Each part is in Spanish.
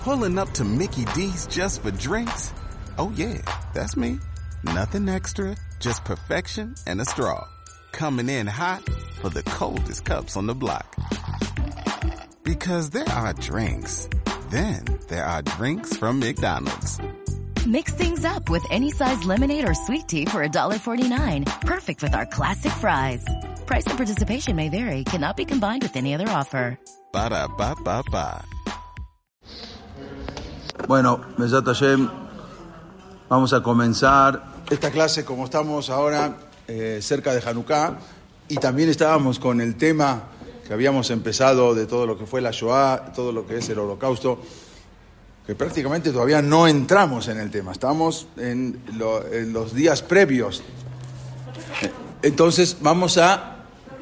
Pulling up to Mickey D's just for drinks? Oh yeah, that's me. Nothing extra, just perfection and a straw. Coming in hot for the coldest cups on the block. Because there are drinks. Then there are drinks from McDonald's. Mix things up with any size lemonade or sweet tea for $1.49. Perfect with our classic fries. Price and participation may vary. Cannot be combined with any other offer. Ba-da-ba-ba-ba. Bueno, Besat Hashem, vamos a comenzar esta clase como estamos ahora cerca de Hanukkah, y también estábamos con el tema que habíamos empezado de todo lo que fue la Shoah, todo lo que es el Holocausto, que prácticamente todavía no entramos en el tema, estamos en los días previos. Entonces vamos a...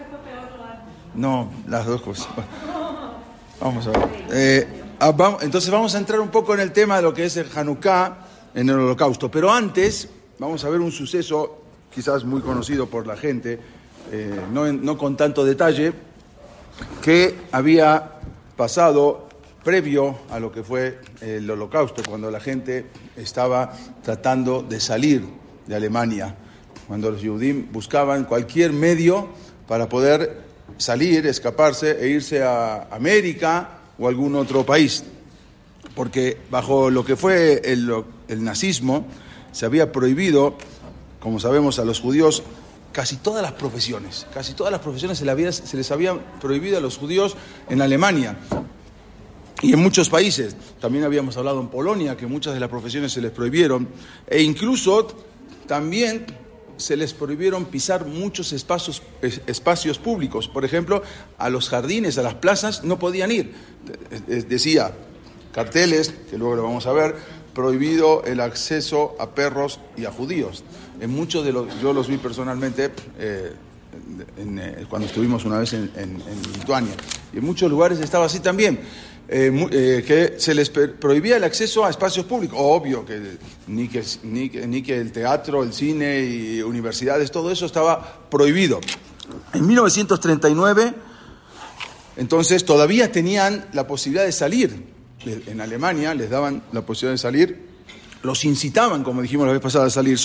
No, las dos cosas. Vamos a ver. Entonces vamos a entrar un poco en el tema de lo que es el Hanukkah en el Holocausto. Pero antes vamos a ver un suceso quizás muy conocido por la gente, no con tanto detalle, que había pasado previo a lo que fue el Holocausto, cuando la gente estaba tratando de salir de Alemania, cuando los Yehudim buscaban cualquier medio para poder salir, escaparse e irse a América o algún otro país, porque bajo lo que fue el nazismo se había prohibido, como sabemos, a los judíos casi todas las profesiones se les había prohibido a los judíos en Alemania y en muchos países. También habíamos hablado en Polonia que muchas de las profesiones se les prohibieron, e incluso también se les prohibieron pisar muchos espacios públicos. Por ejemplo, a los jardines, a las plazas, no podían ir. Decía carteles, que luego lo vamos a ver, prohibido el acceso a perros y a judíos. En muchos de yo los vi personalmente cuando estuvimos una vez en Lituania. Y en muchos lugares estaba así también. Que se les prohibía el acceso a espacios públicos. Obvio que ni que el teatro, el cine y universidades, todo eso estaba prohibido. En 1939, entonces, todavía tenían la posibilidad de salir. En Alemania les daban la posibilidad de salir, los incitaban, como dijimos la vez pasada, a salir.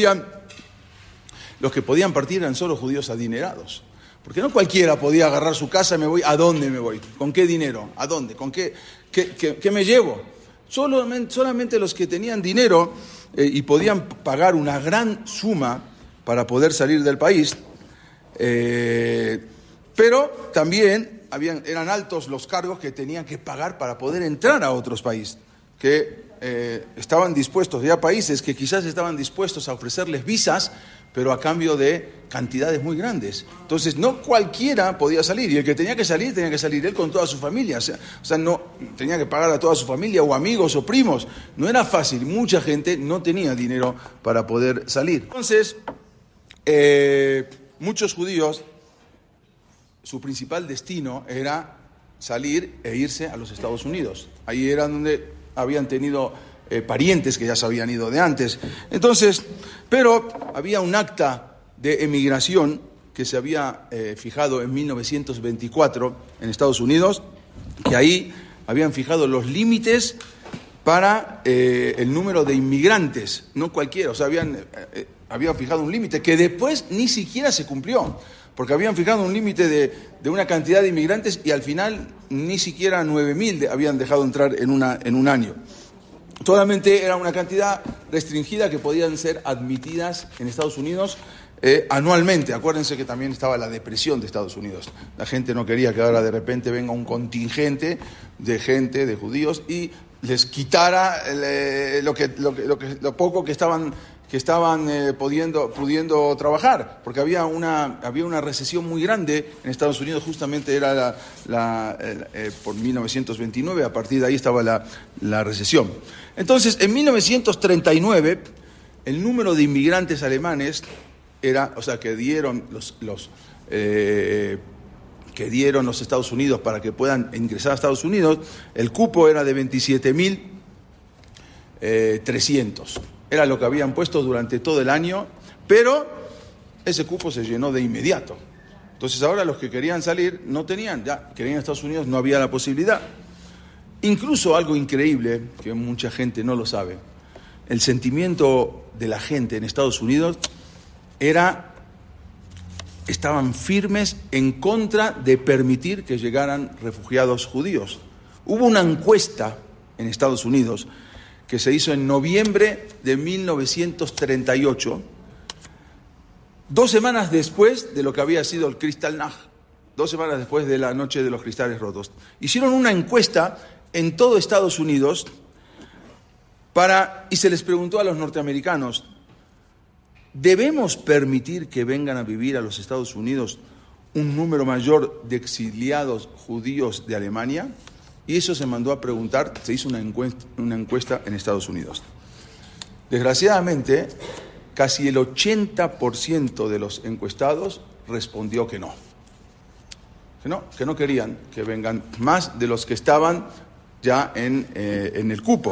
Los que podían partir eran solo judíos adinerados. Porque no cualquiera podía agarrar su casa y me voy. ¿A dónde me voy? ¿Con qué dinero? ¿A dónde? ¿Con qué me llevo? Solamente los que tenían dinero y podían pagar una gran suma para poder salir del país. Pero también eran altos los cargos que tenían que pagar para poder entrar a otros países. Que estaban dispuestos, había países que quizás estaban dispuestos a ofrecerles visas, pero a cambio de cantidades muy grandes. Entonces, no cualquiera podía salir, y el que tenía que salir él con toda su familia. O sea, no tenía que pagar a toda su familia, o amigos, o primos. No era fácil, mucha gente no tenía dinero para poder salir. Entonces, muchos judíos, su principal destino era salir e irse a los Estados Unidos. Ahí era donde habían tenido parientes que ya se habían ido de antes. Entonces, pero había un acta de emigración que se había fijado en 1924 en Estados Unidos, que ahí habían fijado los límites para el número de inmigrantes, no cualquiera. O sea, habían fijado un límite que después ni siquiera se cumplió, porque habían fijado un límite de una cantidad de inmigrantes y al final ni siquiera 9.000 habían dejado entrar en un año. Solamente era una cantidad restringida que podían ser admitidas en Estados Unidos anualmente. Acuérdense que también estaba la depresión de Estados Unidos. La gente no quería que ahora de repente venga un contingente de judíos y les quitara lo poco que estaban pudiendo trabajar, porque había una recesión muy grande en Estados Unidos. Justamente era por 1929, a partir de ahí estaba la recesión. Entonces, en 1939, el número de inmigrantes alemanes que dieron los Estados Unidos para que puedan ingresar a Estados Unidos, el cupo era de 27.300. Era lo que habían puesto durante todo el año, pero ese cupo se llenó de inmediato. Entonces ahora los que querían salir no tenían, ya querían a Estados Unidos, no había la posibilidad. Incluso algo increíble, que mucha gente no lo sabe, el sentimiento de la gente en Estados Unidos estaban firmes en contra de permitir que llegaran refugiados judíos. Hubo una encuesta en Estados Unidos que se hizo en noviembre de 1938, 2 semanas después de lo que había sido el Kristallnacht, 2 semanas después de la noche de los cristales rotos. Hicieron una encuesta en todo Estados Unidos y se les preguntó a los norteamericanos, ¿debemos permitir que vengan a vivir a los Estados Unidos un número mayor de exiliados judíos de Alemania? Y eso se mandó a preguntar, se hizo una encuesta en Estados Unidos. Desgraciadamente, casi el 80% de los encuestados respondió que no. Que no querían que vengan más de los que estaban ya en el cupo.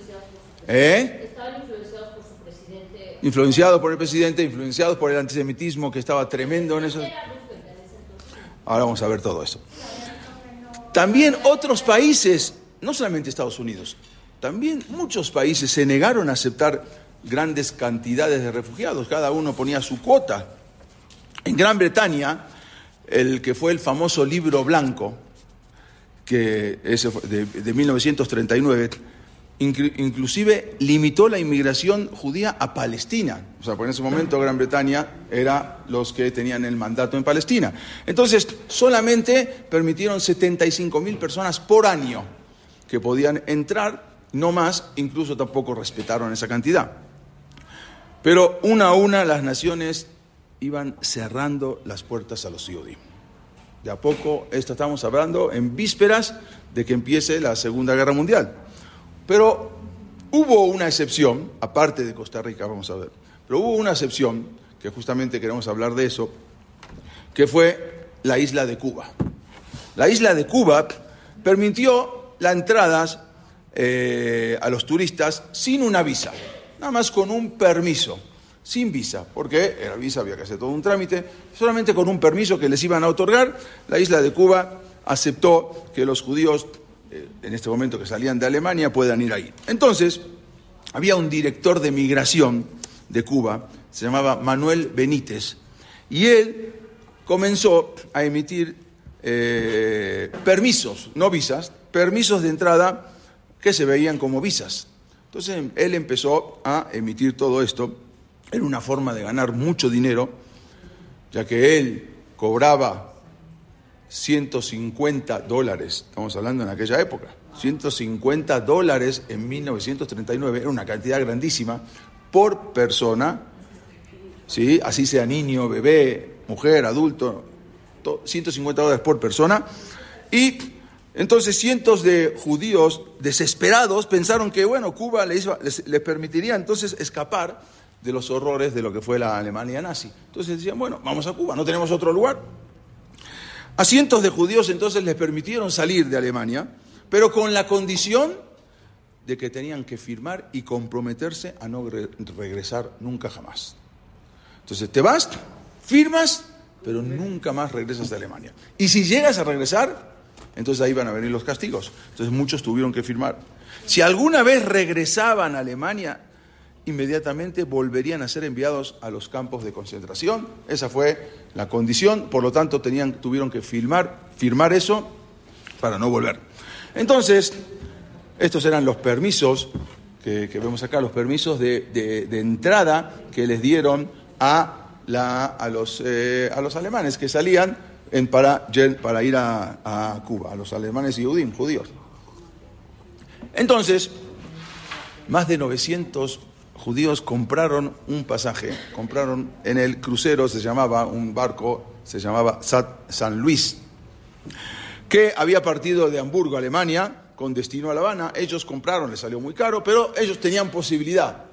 Estaban influenciados por su presidente. Influenciados por el presidente, influenciados por el antisemitismo que estaba tremendo en eso. Ahora vamos a ver todo eso. También otros países, no solamente Estados Unidos, también muchos países se negaron a aceptar grandes cantidades de refugiados. Cada uno ponía su cuota. En Gran Bretaña, el que fue el famoso Libro Blanco, que ese fue de 1939, inclusive limitó la inmigración judía a Palestina. O sea, por en ese momento Gran Bretaña era los que tenían el mandato en Palestina. Entonces, solamente permitieron 75.000 personas por año que podían entrar, no más, incluso tampoco respetaron esa cantidad. Pero una a una las naciones iban cerrando las puertas a los Yudim. De a poco, estamos hablando en vísperas de que empiece la Segunda Guerra Mundial. Pero hubo una excepción, aparte de Costa Rica, vamos a ver, pero hubo una excepción, que justamente queremos hablar de eso, que fue la isla de Cuba. La isla de Cuba permitió la entrada a los turistas sin una visa, nada más con un permiso, sin visa, porque era visa, había que hacer todo un trámite, solamente con un permiso que les iban a otorgar. La isla de Cuba aceptó que los judíos en este momento que salían de Alemania puedan ir ahí. Entonces, había un director de migración de Cuba, se llamaba Manuel Benítez, y él comenzó a emitir permisos, no visas, permisos de entrada que se veían como visas. Entonces, él empezó a emitir todo esto. Era una forma de ganar mucho dinero, ya que él cobraba $150, estamos hablando en aquella época, $150 en 1939, era una cantidad grandísima por persona, ¿sí? Así sea niño, bebé, mujer, adulto, $150 por persona. Y entonces cientos de judíos desesperados pensaron que, bueno, Cuba les permitiría entonces escapar de los horrores de lo que fue la Alemania nazi. Entonces decían, bueno, vamos a Cuba, no tenemos otro lugar. A cientos de judíos entonces les permitieron salir de Alemania, pero con la condición de que tenían que firmar y comprometerse a no regresar nunca jamás. Entonces te vas, firmas, pero nunca más regresas de Alemania. Y si llegas a regresar, entonces ahí van a venir los castigos. Entonces muchos tuvieron que firmar. Si alguna vez regresaban a Alemania, inmediatamente volverían a ser enviados a los campos de concentración. Esa fue la condición, por lo tanto tuvieron que firmar eso para no volver. Entonces, estos eran los permisos que vemos acá, los permisos de entrada que les dieron a los alemanes que salían para ir a Cuba, a los alemanes y judíos. Entonces, más de 900 judíos compraron un pasaje, compraron en el crucero, un barco, se llamaba San Luis, que había partido de Hamburgo, Alemania, con destino a La Habana. Ellos compraron, les salió muy caro, pero ellos tenían posibilidad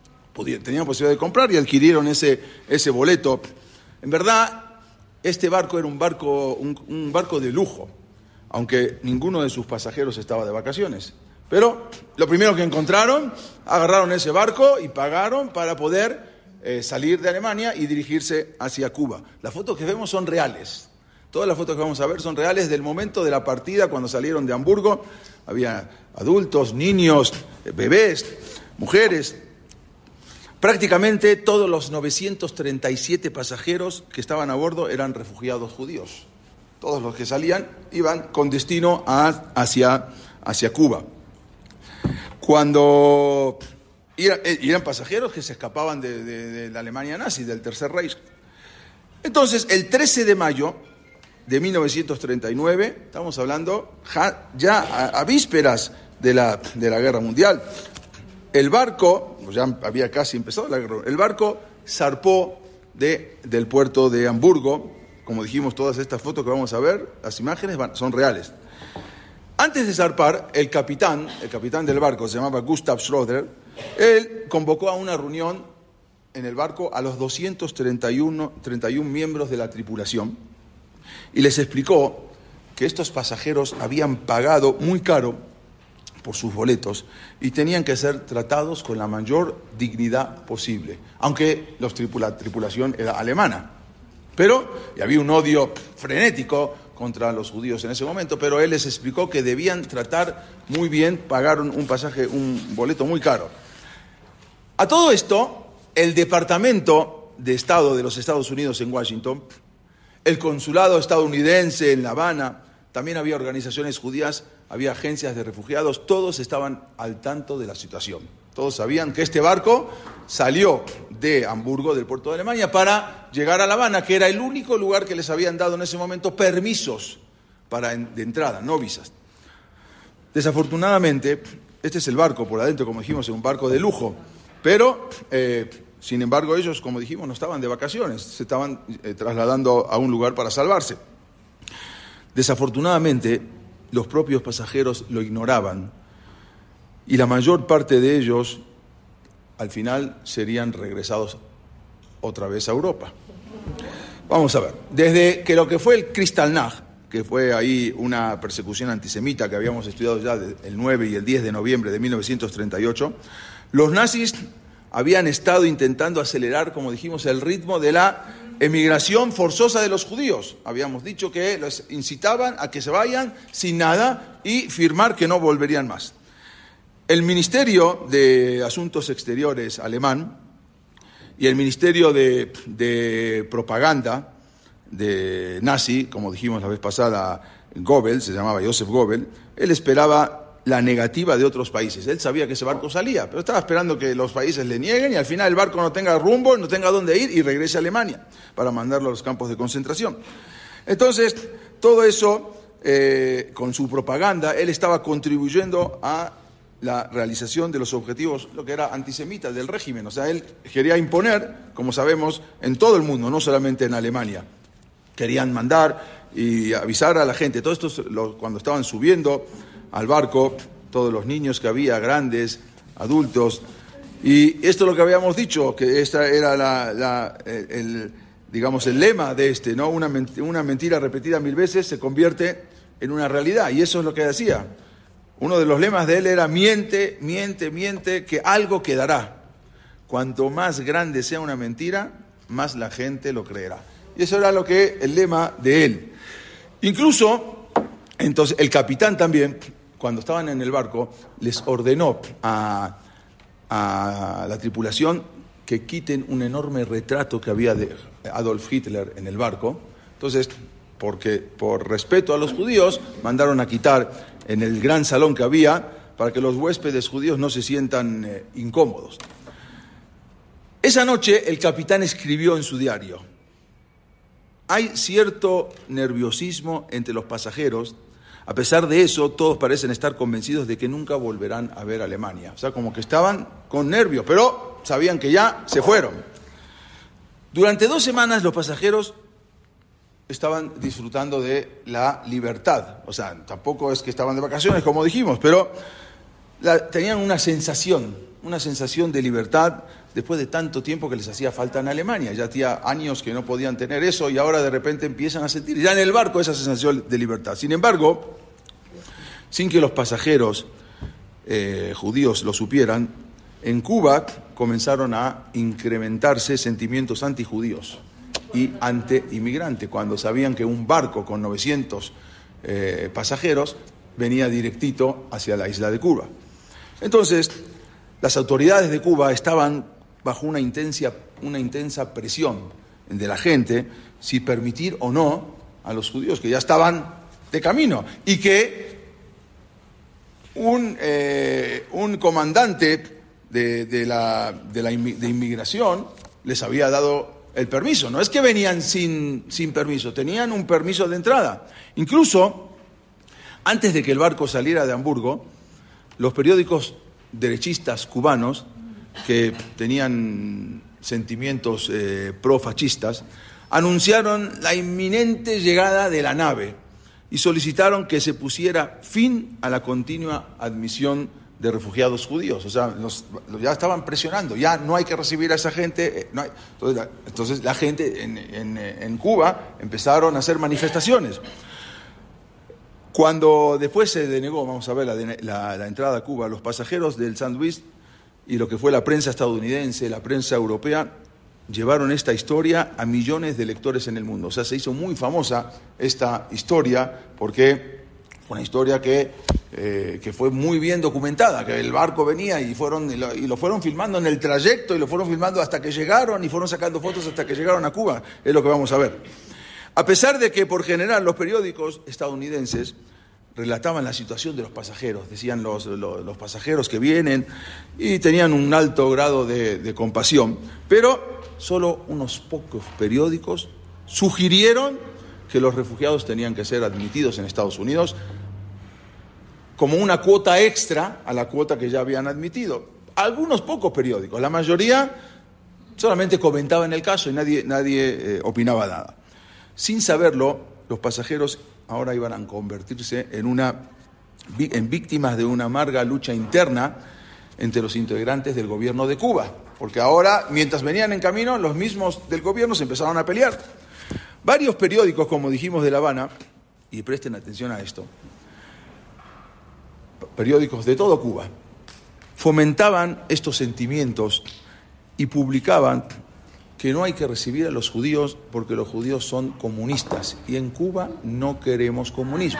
de comprar y adquirieron ese boleto. En verdad, este barco era un barco de lujo, aunque ninguno de sus pasajeros estaba de vacaciones. Pero lo primero que encontraron, agarraron ese barco y pagaron para poder salir de Alemania y dirigirse hacia Cuba. Las fotos que vemos son reales. Todas las fotos que vamos a ver son reales del momento de la partida, cuando salieron de Hamburgo. Había adultos, niños, bebés, mujeres. Prácticamente todos los 937 pasajeros que estaban a bordo eran refugiados judíos. Todos los que salían iban con destino hacia Cuba. Cuando eran pasajeros que se escapaban de la Alemania nazi, del Tercer Reich. Entonces, el 13 de mayo de 1939, estamos hablando ya a vísperas de la Guerra Mundial, el barco, ya había casi empezado la guerra, el barco zarpó del puerto de Hamburgo. Como dijimos, todas estas fotos que vamos a ver, las imágenes son reales. Antes de zarpar, el capitán del barco, se llamaba Gustav Schroeder, él convocó a una reunión en el barco a los 231 miembros de la tripulación y les explicó que estos pasajeros habían pagado muy caro por sus boletos y tenían que ser tratados con la mayor dignidad posible, aunque la tripulación era alemana. Pero y había un odio frenético contra los judíos en ese momento, pero él les explicó que debían tratar muy bien, pagaron un boleto muy caro. A todo esto, el Departamento de Estado de los Estados Unidos en Washington, el consulado estadounidense en La Habana, también había organizaciones judías, había agencias de refugiados, todos estaban al tanto de la situación. Todos sabían que este barco salió de Hamburgo, del puerto de Alemania, para llegar a La Habana, que era el único lugar que les habían dado en ese momento permisos de entrada, no visas. Desafortunadamente, este es el barco por adentro, como dijimos, es un barco de lujo, pero sin embargo ellos, como dijimos, no estaban de vacaciones, se estaban trasladando a un lugar para salvarse. Desafortunadamente, los propios pasajeros lo ignoraban y la mayor parte de ellos al final serían regresados otra vez a Europa. Vamos a ver, desde que lo que fue el Kristallnacht, que fue ahí una persecución antisemita que habíamos estudiado ya el 9 y el 10 de noviembre de 1938, los nazis habían estado intentando acelerar, como dijimos, el ritmo de la emigración forzosa de los judíos. Habíamos dicho que los incitaban a que se vayan sin nada y firmar que no volverían más. El Ministerio de Asuntos Exteriores alemán y el Ministerio de Propaganda de nazi, como dijimos la vez pasada, Goebbels, se llamaba Joseph Goebbels, él esperaba la negativa de otros países. Él sabía que ese barco salía, pero estaba esperando que los países le nieguen y al final el barco no tenga rumbo, no tenga dónde ir y regrese a Alemania para mandarlo a los campos de concentración. Entonces, todo eso, con su propaganda, él estaba contribuyendo a la realización de los objetivos, lo que era antisemita del régimen. O sea, él quería imponer, como sabemos, en todo el mundo, no solamente en Alemania. Querían mandar y avisar a la gente. Todo esto, cuando estaban subiendo al barco, todos los niños que había, grandes, adultos. Y esto es lo que habíamos dicho, que esta era el lema de ¿no? Una mentira repetida 1000 veces se convierte en una realidad. Y eso es lo que decía. Uno de los lemas de él era: miente, miente, miente, que algo quedará. Cuanto más grande sea una mentira, más la gente lo creerá. Y eso era el lema de él. Incluso, entonces, el capitán también, cuando estaban en el barco, les ordenó a la tripulación que quiten un enorme retrato que había de Adolf Hitler en el barco. Entonces, porque por respeto a los judíos, mandaron a quitar en el gran salón que había, para que los huéspedes judíos no se sientan incómodos. Esa noche el capitán escribió en su diario: hay cierto nerviosismo entre los pasajeros, a pesar de eso todos parecen estar convencidos de que nunca volverán a ver Alemania. O sea, como que estaban con nervios, pero sabían que ya se fueron. Durante 2 semanas los pasajeros estaban disfrutando de la libertad. O sea, tampoco es que estaban de vacaciones, como dijimos, pero tenían una sensación de libertad después de tanto tiempo que les hacía falta en Alemania. Ya hacía años que no podían tener eso y ahora de repente empiezan a sentir ya en el barco esa sensación de libertad. Sin embargo, sin que los pasajeros judíos lo supieran, en Cuba comenzaron a incrementarse sentimientos antijudíos. y anti-inmigrante, cuando sabían que un barco con 900 pasajeros venía directito hacia la isla de Cuba. Entonces, las autoridades de Cuba estaban bajo una intensa presión de la gente si permitir o no a los judíos que ya estaban de camino y que un comandante de inmigración les había dado el permiso. No es que venían sin permiso, tenían un permiso de entrada. Incluso, antes de que el barco saliera de Hamburgo, los periódicos derechistas cubanos, que tenían sentimientos profascistas, anunciaron la inminente llegada de la nave y solicitaron que se pusiera fin a la continua admisión de refugiados judíos. O sea, ya estaban presionando, ya no hay que recibir a esa gente. No hay. Entonces la gente en Cuba empezaron a hacer manifestaciones. Cuando después se denegó, vamos a ver, la entrada a Cuba, los pasajeros del Sandwich y lo que fue la prensa estadounidense, la prensa europea, llevaron esta historia a millones de lectores en el mundo. O sea, se hizo muy famosa esta historia porque fue una historia que fue muy bien documentada, que el barco venía y lo fueron filmando en el trayecto y lo fueron filmando hasta que llegaron y fueron sacando fotos hasta que llegaron a Cuba. Es lo que vamos a ver. A pesar de que por general los periódicos estadounidenses relataban la situación de los pasajeros, decían los pasajeros que vienen y tenían un alto grado de compasión, pero solo unos pocos periódicos sugirieron que los refugiados tenían que ser admitidos en Estados Unidos como una cuota extra a la cuota que ya habían admitido. Algunos pocos periódicos, la mayoría solamente comentaban el caso y nadie opinaba nada. Sin saberlo, los pasajeros ahora iban a convertirse en víctimas de una amarga lucha interna entre los integrantes del gobierno de Cuba, porque ahora, mientras venían en camino, los mismos del gobierno se empezaron a pelear. Varios periódicos, como dijimos, de La Habana, y presten atención a esto, periódicos de todo Cuba, fomentaban estos sentimientos y publicaban que no hay que recibir a los judíos porque los judíos son comunistas y en Cuba no queremos comunismo.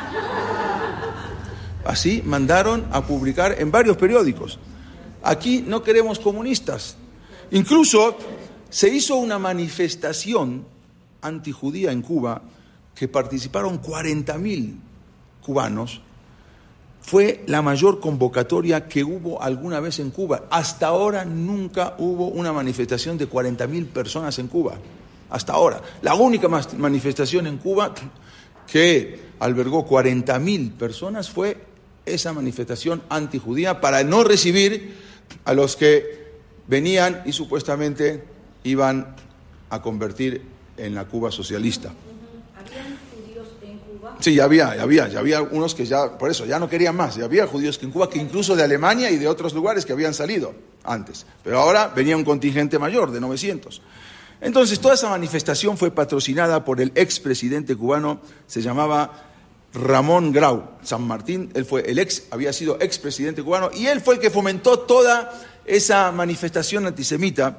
Así mandaron a publicar en varios periódicos: aquí no queremos comunistas. Incluso se hizo una manifestación antijudía en Cuba que participaron 40.000 cubanos. Fue la mayor convocatoria que hubo alguna vez en Cuba. Hasta ahora nunca hubo una manifestación de 40.000 personas en Cuba. Hasta ahora. La única manifestación en Cuba que albergó 40.000 personas fue esa manifestación antijudía para no recibir a los que venían y supuestamente iban a convertir en la Cuba socialista. Sí, ya había unos que ya, por eso, ya no querían más. Ya había judíos que en Cuba, que incluso de Alemania y de otros lugares que habían salido antes. Pero ahora venía un contingente mayor, de 900. Entonces, toda esa manifestación fue patrocinada por el expresidente cubano, se llamaba Ramón Grau San Martín. Él había sido expresidente cubano y él fue el que fomentó toda esa manifestación antisemita.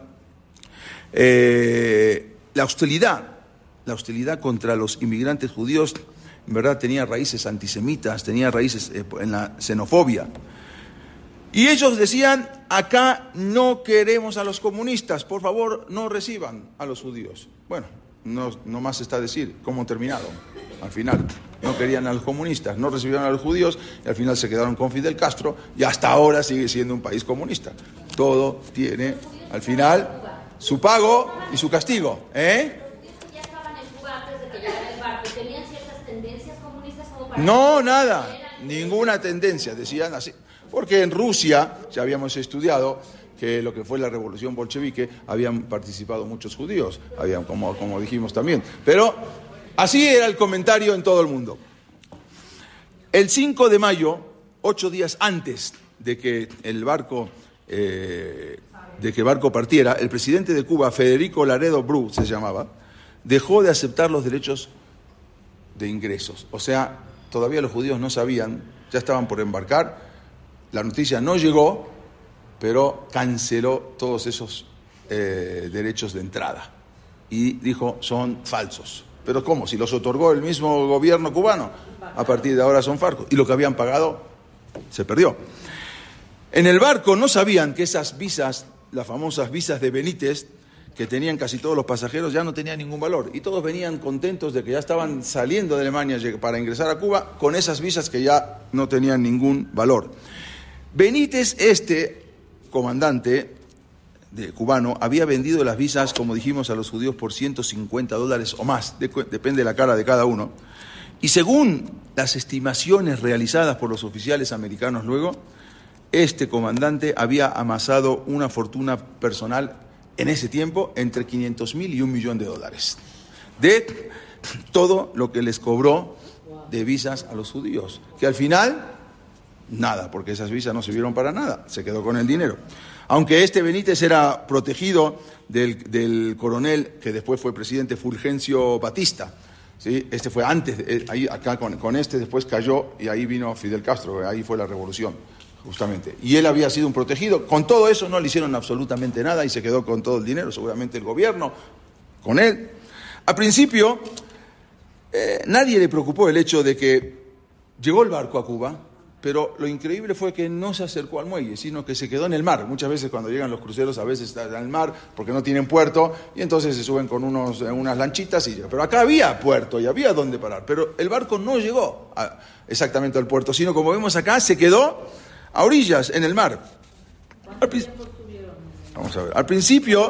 La hostilidad contra los inmigrantes judíos en verdad tenía raíces antisemitas, tenía raíces en la xenofobia. Y ellos decían: acá no queremos a los comunistas, por favor no reciban a los judíos. Bueno, no más está decir cómo terminaron. Al final no querían a los comunistas, no recibieron a los judíos y al final se quedaron con Fidel Castro y hasta ahora sigue siendo un país comunista. Todo tiene al final su pago y su castigo, No, nada, ninguna tendencia, decían así. Porque en Rusia, ya habíamos estudiado que lo que fue la revolución bolchevique, habían participado muchos judíos, como dijimos también. Pero así era el comentario en todo el mundo. El 5 de mayo, 8 días antes de que el barco partiera, el presidente de Cuba, Federico Laredo Bru, se llamaba, dejó de aceptar los derechos de ingresos. O sea, todavía los judíos no sabían, ya estaban por embarcar, la noticia no llegó, pero canceló todos esos derechos de entrada. y dijo, son falsos. ¿Pero cómo? Si los otorgó el mismo gobierno cubano, a partir de ahora son falsos. Y lo que habían pagado se perdió. En el barco no sabían que esas visas, las famosas visas de Benítez, que tenían casi todos los pasajeros, ya no tenían ningún valor. Y todos venían contentos de que ya estaban saliendo de Alemania para ingresar a Cuba con esas visas que ya no tenían ningún valor. Benítez, comandante cubano, había vendido las visas, como dijimos, a los judíos por $150 o más, depende de la cara de cada uno. Y según las estimaciones realizadas por los oficiales americanos luego, este comandante había amasado una fortuna personal en ese tiempo entre $500,000 y $1 millón de todo lo que les cobró de visas a los judíos, que al final, nada, porque esas visas no sirvieron para nada, se quedó con el dinero. Aunque este Benítez era protegido del coronel que después fue presidente, Fulgencio Batista, ¿sí? Este fue antes, acá con este después cayó y ahí vino Fidel Castro, ahí fue la revolución, justamente. Y él había sido un protegido, con todo eso no le hicieron absolutamente nada y se quedó con todo el dinero, seguramente el gobierno, con él. Al principio, nadie le preocupó el hecho de que llegó el barco a Cuba, pero lo increíble fue que no se acercó al muelle, sino que se quedó en el mar. Muchas veces cuando llegan los cruceros, a veces están en el mar porque no tienen puerto, y entonces se suben con unas lanchitas. Pero acá había puerto y había dónde parar. Pero el barco no llegó exactamente al puerto, sino como vemos acá, se quedó a orillas, en el mar. Vamos a ver. Al principio,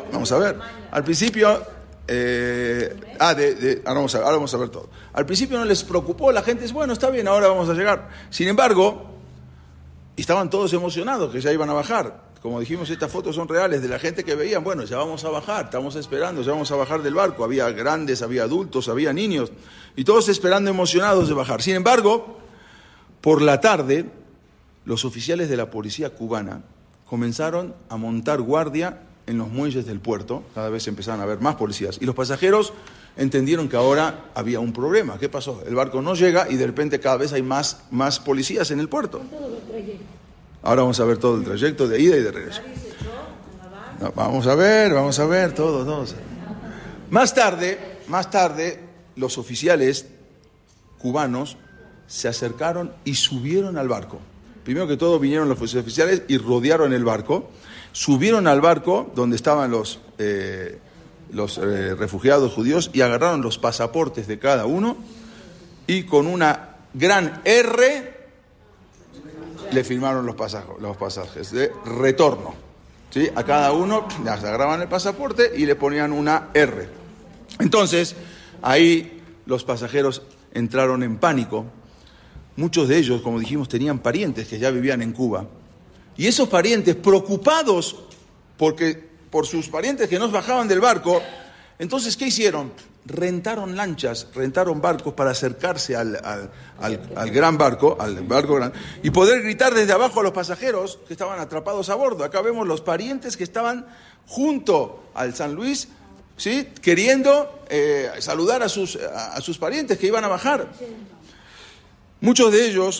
ahora vamos a ver todo. Al principio no les preocupó, la gente es bueno, está bien, ahora vamos a llegar. Sin embargo, estaban todos emocionados que ya iban a bajar. Como dijimos, estas fotos son reales de la gente que veían, bueno, ya vamos a bajar, estamos esperando, ya vamos a bajar del barco. Había grandes, había adultos, había niños, y todos esperando emocionados de bajar. Sin embargo, por la tarde, los oficiales de la policía cubana comenzaron a montar guardia en los muelles del puerto. Cada vez empezaban a haber más policías. Y los pasajeros entendieron que ahora había un problema. ¿Qué pasó? El barco no llega y de repente cada vez hay más policías en el puerto. Ahora vamos a ver todo el trayecto de ida y de regreso. No, vamos a ver todo. Más tarde, los oficiales cubanos se acercaron y subieron al barco. Primero que todo vinieron los oficiales y rodearon el barco. Subieron al barco donde estaban los refugiados judíos y agarraron los pasaportes de cada uno y con una gran R le firmaron los pasajes de retorno. ¿Sí? A cada uno les agarraban el pasaporte y le ponían una R. Entonces, ahí los pasajeros entraron en pánico. Muchos de ellos, como dijimos, tenían parientes que ya vivían en Cuba. Y esos parientes, preocupados por sus parientes que no bajaban del barco, entonces, ¿qué hicieron? Rentaron lanchas, rentaron barcos para acercarse al gran barco, y poder gritar desde abajo a los pasajeros que estaban atrapados a bordo. Acá vemos los parientes que estaban junto al San Luis, ¿sí? Queriendo saludar a sus parientes que iban a bajar. Muchos de ellos,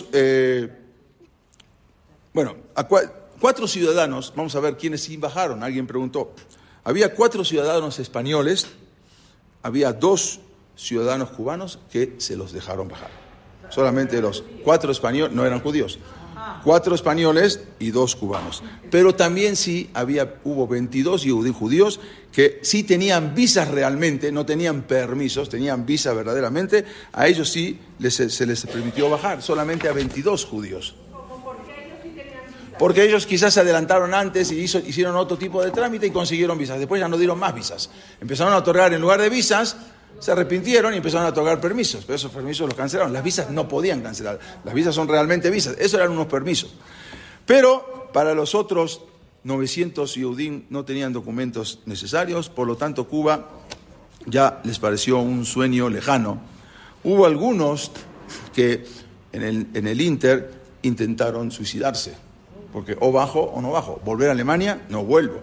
cuatro ciudadanos, vamos a ver quiénes sí bajaron, alguien preguntó. Había 4 ciudadanos españoles, había 2 ciudadanos cubanos que se los dejaron bajar. Solamente los 4 españoles, no eran judíos, 4 españoles y 2 cubanos. Pero también sí hubo 22 judíos que sí tenían visas realmente, no tenían permisos, tenían visa verdaderamente. A ellos sí se les permitió bajar, solamente a 22 judíos. Porque ellos quizás se adelantaron antes y hicieron otro tipo de trámite y consiguieron visas. Después ya no dieron más visas. Empezaron a otorgar en lugar de visas, se arrepintieron y empezaron a otorgar permisos. Pero esos permisos los cancelaron. Las visas no podían cancelar. Las visas son realmente visas. Esos eran unos permisos. Pero para los otros 900 Yehudim no tenían documentos necesarios. Por lo tanto, Cuba ya les pareció un sueño lejano. Hubo algunos que en el Inter intentaron suicidarse. Porque o bajo o no bajo. Volver a Alemania, no vuelvo.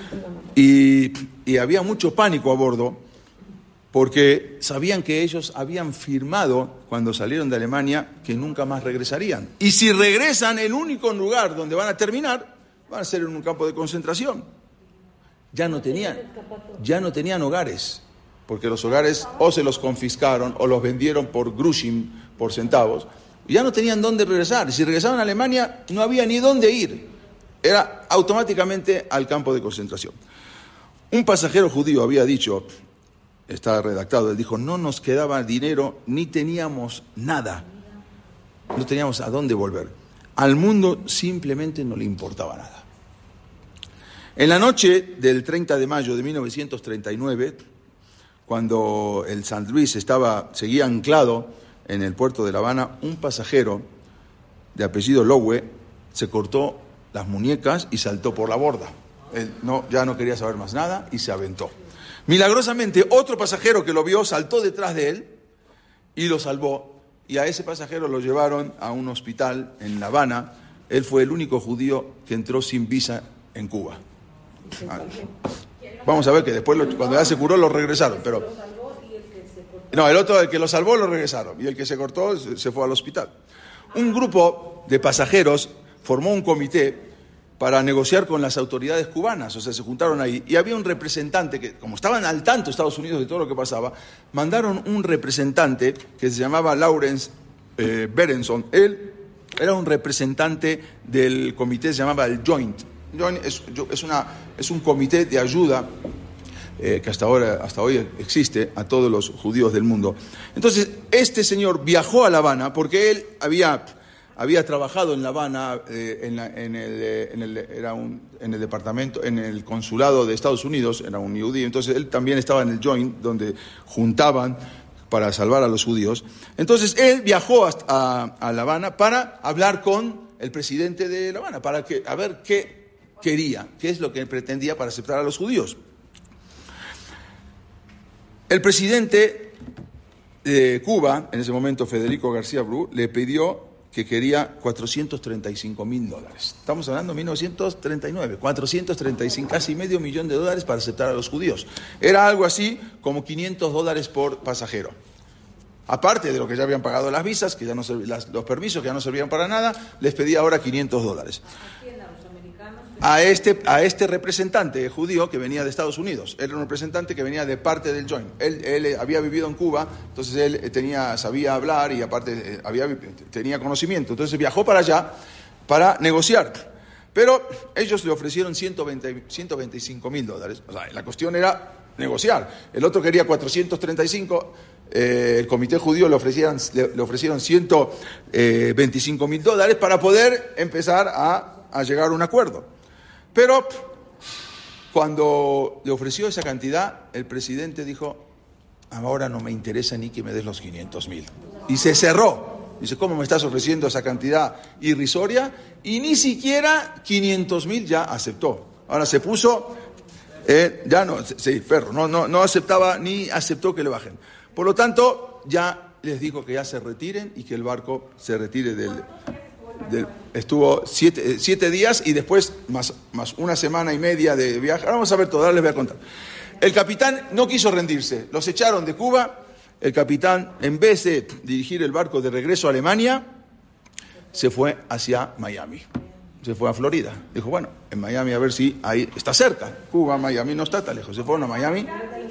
Y había mucho pánico a bordo porque sabían que ellos habían firmado cuando salieron de Alemania que nunca más regresarían. Y si regresan, el único lugar donde van a terminar va a ser en un campo de concentración. Ya no tenían hogares. porque los hogares o se los confiscaron o los vendieron por grushim, por centavos, y ya no tenían dónde regresar. Si regresaban a Alemania, no había ni dónde ir. Era automáticamente al campo de concentración. Un pasajero judío había dicho, está redactado, él dijo, no nos quedaba dinero, ni teníamos nada. No teníamos a dónde volver. Al mundo simplemente no le importaba nada. En la noche del 30 de mayo de 1939, cuando el San Luis seguía anclado en el puerto de La Habana, un pasajero de apellido Lowe se cortó las muñecas y saltó por la borda. Él ya no quería saber más nada y se aventó. Milagrosamente, otro pasajero que lo vio saltó detrás de él y lo salvó. Y a ese pasajero lo llevaron a un hospital en La Habana. Él fue el único judío que entró sin visa en Cuba. Vamos a ver que después, cuando ya se curó, lo regresaron. Pero no, el que lo salvó lo regresaron. Y el que se cortó se fue al hospital. Un grupo de pasajeros formó un comité para negociar con las autoridades cubanas, o sea, se juntaron ahí, y había un representante que, como estaban al tanto Estados Unidos de todo lo que pasaba, mandaron un representante que se llamaba Lawrence Berenson. Él era un representante del comité, se llamaba el Joint. Joint es un comité de ayuda que hasta hoy existe a todos los judíos del mundo. Entonces, este señor viajó a La Habana porque él había trabajado en La Habana en el departamento, en el consulado de Estados Unidos, era un judío, entonces él también estaba en el Joint, donde juntaban para salvar a los judíos. Entonces él viajó a La Habana para hablar con el presidente de La Habana, a ver qué quería, qué es lo que pretendía para aceptar a los judíos. El presidente de Cuba, en ese momento Federico García Bru, le pidió que quería $435,000. Estamos hablando de 1939, 435, casi $500,000 para aceptar a los judíos. Era algo así como $500 por pasajero. Aparte de lo que ya habían pagado las visas, que ya no los permisos que ya no servían para nada, les pedía ahora $500. A este representante judío que venía de Estados Unidos. Era un representante que venía de parte del Joint. Él había vivido en Cuba, entonces él sabía hablar y aparte tenía conocimiento. Entonces viajó para allá para negociar. Pero ellos le ofrecieron $125,000. O sea, la cuestión era negociar. El otro quería 435. El comité judío le ofrecieron $125,000 para poder empezar a llegar a un acuerdo. Pero cuando le ofreció esa cantidad, el presidente dijo, ahora no me interesa ni que me des los 500,000. Y se cerró. Dice, ¿cómo me estás ofreciendo esa cantidad irrisoria? Y ni siquiera 500,000 ya aceptó. Ahora se puso, no aceptaba ni aceptó que le bajen. Por lo tanto, ya les dijo que ya se retiren y que el barco se retire estuvo 7 días y después más una semana y media de viaje. Ahora vamos a ver todo, ahora les voy a contar. El capitán no quiso rendirse, los echaron de Cuba. El capitán, en vez de dirigir el barco de regreso a Alemania, se fue hacia Miami, se fue a Florida. Dijo, bueno, en Miami a ver si ahí está cerca. Cuba, Miami no está tan lejos. Se fueron a Miami.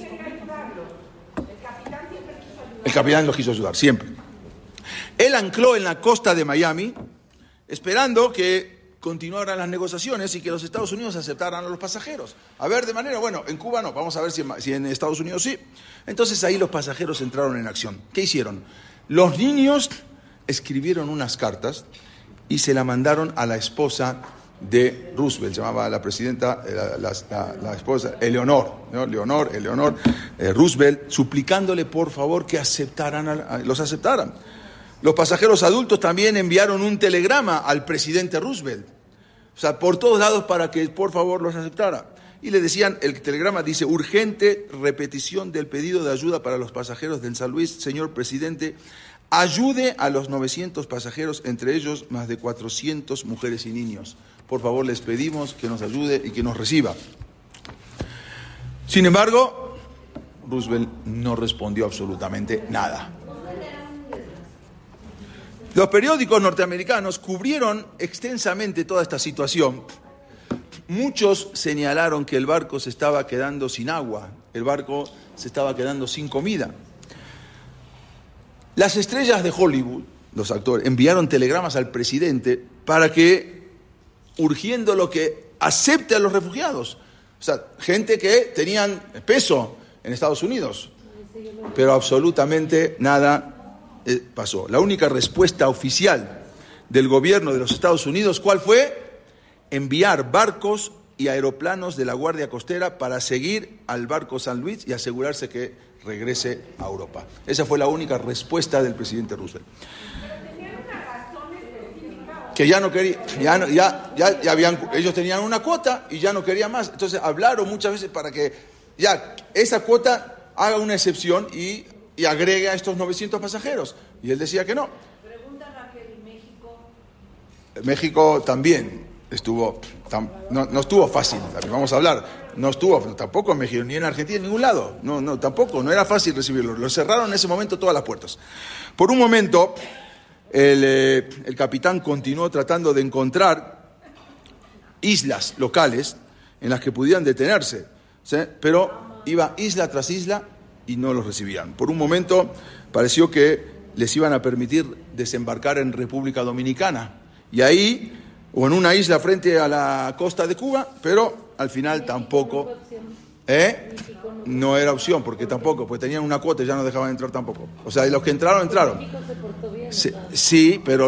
El capitán los quiso ayudar, siempre. Él ancló en la costa de Miami, esperando que continuaran las negociaciones y que los Estados Unidos aceptaran a los pasajeros. A ver, de manera, bueno, en Cuba no, vamos a ver si en Estados Unidos sí. Entonces ahí los pasajeros entraron en acción. ¿Qué hicieron? Los niños escribieron unas cartas y se la mandaron a la esposa de Roosevelt, llamaba a la presidenta, la esposa, Eleonor, ¿no? Eleonor Roosevelt, suplicándole por favor que los aceptaran. Los pasajeros adultos también enviaron un telegrama al presidente Roosevelt, o sea, por todos lados para que por favor los aceptara. Y le decían, el telegrama dice, urgente repetición del pedido de ayuda para los pasajeros del San Luis, señor presidente, ayude a los 900 pasajeros, entre ellos más de 400 mujeres y niños. Por favor, les pedimos que nos ayude y que nos reciba. Sin embargo, Roosevelt no respondió absolutamente nada. Los periódicos norteamericanos cubrieron extensamente toda esta situación. Muchos señalaron que el barco se estaba quedando sin agua. El barco se estaba quedando sin comida. Las estrellas de Hollywood, los actores, enviaron telegramas al presidente para que, urgiendo lo que acepte a los refugiados. O sea, gente que tenían peso en Estados Unidos. Pero absolutamente nada pasó. La única respuesta oficial del gobierno de los Estados Unidos, ¿cuál fue? Enviar barcos y aeroplanos de la Guardia Costera para seguir al barco San Luis y asegurarse que regrese a Europa. Esa fue la única respuesta del presidente Roosevelt. Que ya no quería, ya habían, ellos tenían una cuota y ya no querían más. Entonces hablaron muchas veces para que ya esa cuota haga una excepción y agregue a estos 900 pasajeros. Y él decía que no. Pregunta Raquel, ¿y México? México también estuvo, no estuvo fácil, vamos a hablar. No estuvo tampoco en México, ni en Argentina, en ningún lado. No, tampoco, no era fácil recibirlo. Lo cerraron en ese momento todas las puertas. Por un momento, el capitán continuó tratando de encontrar islas locales en las que pudieran detenerse, ¿sí? Pero iba isla tras isla y no los recibían. Por un momento pareció que les iban a permitir desembarcar en República Dominicana y ahí, o en una isla frente a la costa de Cuba, pero al final tampoco. No era opción, porque tampoco, pues tenían una cuota y ya no dejaban entrar tampoco. O sea, los que entraron. Sí, pero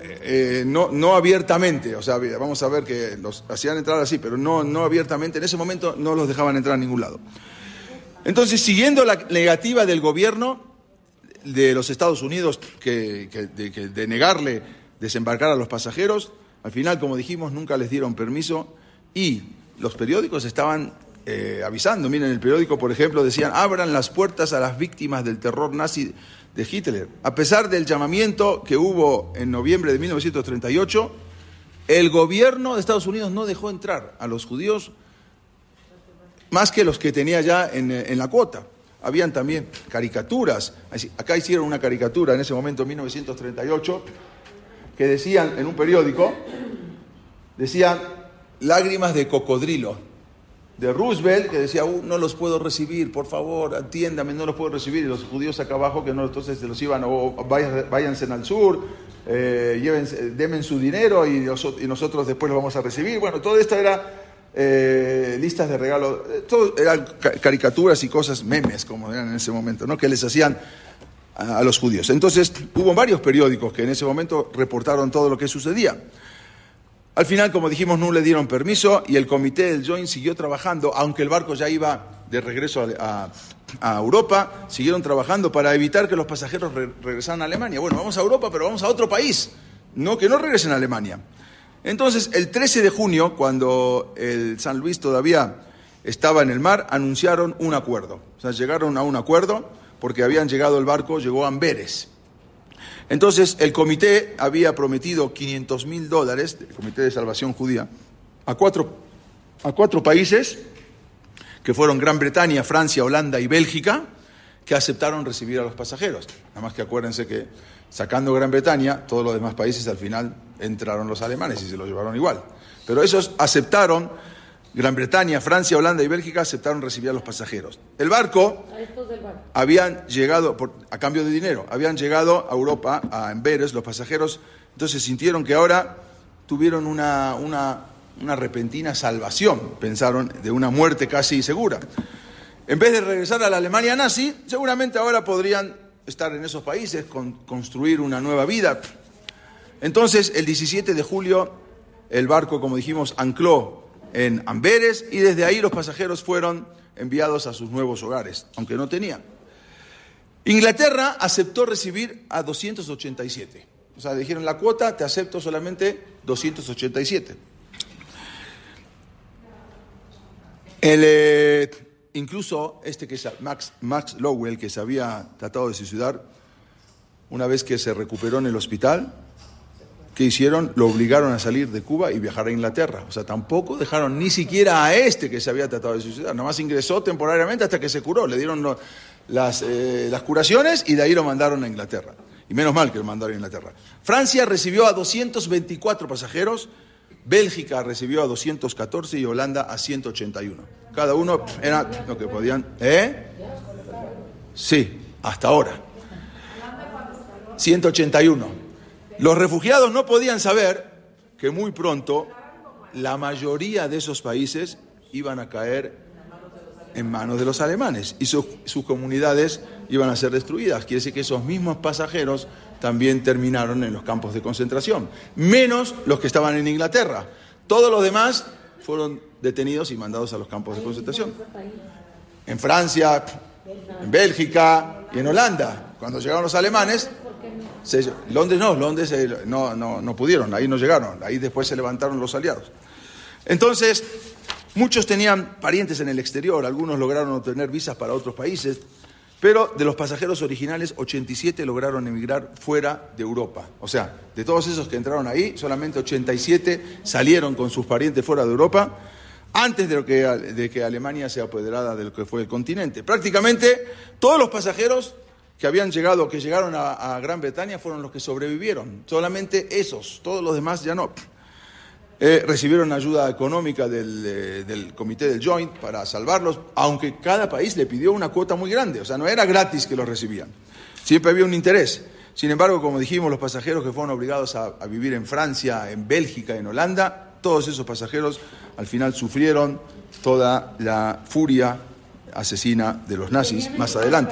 no abiertamente. O sea, vamos a ver que los hacían entrar así, pero no abiertamente. En ese momento no los dejaban entrar a ningún lado. Entonces, siguiendo la negativa del gobierno de los Estados Unidos de negarle desembarcar a los pasajeros, al final, como dijimos, nunca les dieron permiso y los periódicos estaban avisando. Miren, el periódico, por ejemplo, decían: abran las puertas a las víctimas del terror nazi de Hitler. A pesar del llamamiento que hubo en noviembre de 1938, el gobierno de Estados Unidos no dejó entrar a los judíos más que los que tenía ya en la cuota. Habían también caricaturas. Acá hicieron una caricatura en ese momento, en 1938, que decían en un periódico, decían lágrimas de cocodrilo, de Roosevelt, que decía: no los puedo recibir, por favor, atiéndame, no los puedo recibir. Y los judíos acá abajo, que no, entonces se los iban, o váyanse al sur, denme su dinero y nosotros después los vamos a recibir. Bueno, todo esto era listas de regalo, todo eran caricaturas y cosas, memes, como eran en ese momento, ¿no? Que les hacían a los judíos. Entonces, hubo varios periódicos que en ese momento reportaron todo lo que sucedía. Al final, como dijimos, no le dieron permiso y el comité del Joint siguió trabajando, aunque el barco ya iba de regreso a Europa, siguieron trabajando para evitar que los pasajeros regresaran a Alemania. Bueno, vamos a Europa, pero vamos a otro país, que no regresen a Alemania. Entonces, el 13 de junio, cuando el San Luis todavía estaba en el mar, anunciaron un acuerdo. O sea, llegaron a un acuerdo porque llegó a Amberes. Entonces, el comité había prometido $500,000, el Comité de Salvación Judía, a cuatro países, que fueron Gran Bretaña, Francia, Holanda y Bélgica, que aceptaron recibir a los pasajeros. Nada más que acuérdense que, sacando Gran Bretaña, todos los demás países al final entraron los alemanes y se los llevaron igual. Pero esos aceptaron, Gran Bretaña, Francia, Holanda y Bélgica aceptaron recibir a los pasajeros. El barco, habían llegado, a cambio de dinero, habían llegado a Europa, a Amberes, los pasajeros, entonces sintieron que ahora tuvieron una repentina salvación, pensaron, de una muerte casi segura. En vez de regresar a la Alemania nazi, seguramente ahora podrían estar en esos países, construir una nueva vida. Entonces, el 17 de julio, el barco, como dijimos, ancló en Amberes y desde ahí los pasajeros fueron enviados a sus nuevos hogares, aunque no tenían. Inglaterra aceptó recibir a 287. O sea, dijeron: la cuota te acepto solamente 287. Incluso Max Lowell, que se había tratado de suicidar, una vez que se recuperó en el hospital, ¿qué hicieron? Lo obligaron a salir de Cuba y viajar a Inglaterra. O sea, tampoco dejaron ni siquiera a que se había tratado de suicidar. Nomás ingresó temporariamente hasta que se curó. Le dieron las curaciones y de ahí lo mandaron a Inglaterra. Y menos mal que lo mandaron a Inglaterra. Francia recibió a 224 pasajeros, Bélgica recibió a 214 y Holanda a 181. Cada uno era lo que podían. Sí, hasta ahora. 181. Los refugiados no podían saber que muy pronto la mayoría de esos países iban a caer en manos de los alemanes y sus comunidades iban a ser destruidas. Quiere decir que esos mismos pasajeros también terminaron en los campos de concentración, menos los que estaban en Inglaterra. Todos los demás fueron detenidos y mandados a los campos de concentración. En Francia, en Bélgica y en Holanda. Cuando llegaron los alemanes, Londres no pudieron, ahí no llegaron, ahí después se levantaron los aliados. Entonces, muchos tenían parientes en el exterior, algunos lograron obtener visas para otros países, pero de los pasajeros originales, 87 lograron emigrar fuera de Europa. O sea, de todos esos que entraron ahí, solamente 87 salieron con sus parientes fuera de Europa antes de que Alemania se apoderara de lo que fue el continente. Prácticamente todos los pasajeros que llegaron a Gran Bretaña fueron los que sobrevivieron. Solamente esos, todos los demás ya no. Recibieron ayuda económica del comité del Joint para salvarlos, aunque cada país le pidió una cuota muy grande, o sea, no era gratis que los recibían, siempre había un interés. Sin embargo, como dijimos, los pasajeros que fueron obligados a vivir en Francia, en Bélgica, en Holanda, todos esos pasajeros al final sufrieron toda la furia asesina de los nazis más adelante.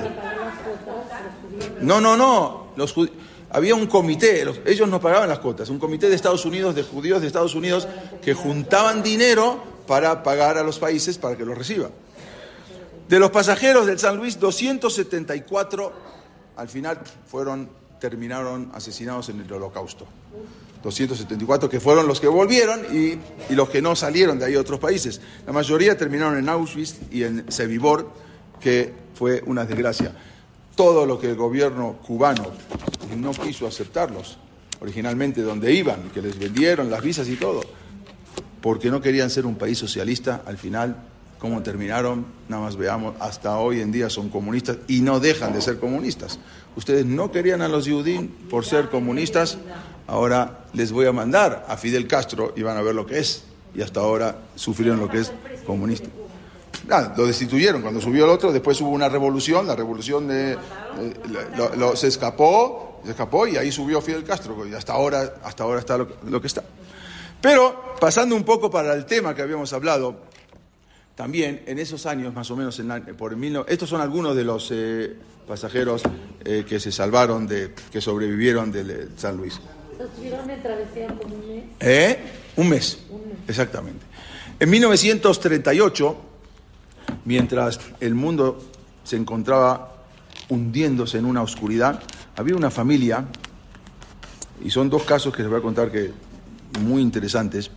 No, había un comité, ellos no pagaban las cuotas, un comité de Estados Unidos, de judíos de Estados Unidos, que juntaban dinero para pagar a los países para que los reciban. De los pasajeros del San Luis, 274 al final terminaron asesinados en el Holocausto. 274 que fueron los que volvieron y los que no salieron de ahí a otros países. La mayoría terminaron en Auschwitz y en Sobibor, que fue una desgracia. Todo lo que el gobierno cubano no quiso aceptarlos, originalmente donde iban, que les vendieron las visas y todo, porque no querían ser un país socialista, al final, ¿cómo terminaron? Nada más veamos, hasta hoy en día son comunistas y no dejan de ser comunistas. Ustedes no querían a los Yehudim por ser comunistas, ahora les voy a mandar a Fidel Castro y van a ver lo que es, y hasta ahora sufrieron lo que es comunista. Lo destituyeron cuando subió el otro, después hubo una revolución, la revolución se escapó y ahí subió Fidel Castro y hasta ahora está lo que está. Pero pasando un poco para el tema que habíamos hablado, también en esos años más o menos, estos son algunos de los pasajeros que se salvaron, que sobrevivieron del San Luis. ¿Estuvieron en travesía por un mes? Un mes, exactamente. En 1938, mientras el mundo se encontraba hundiéndose en una oscuridad, había una familia, y son dos casos que les voy a contar que muy interesantes.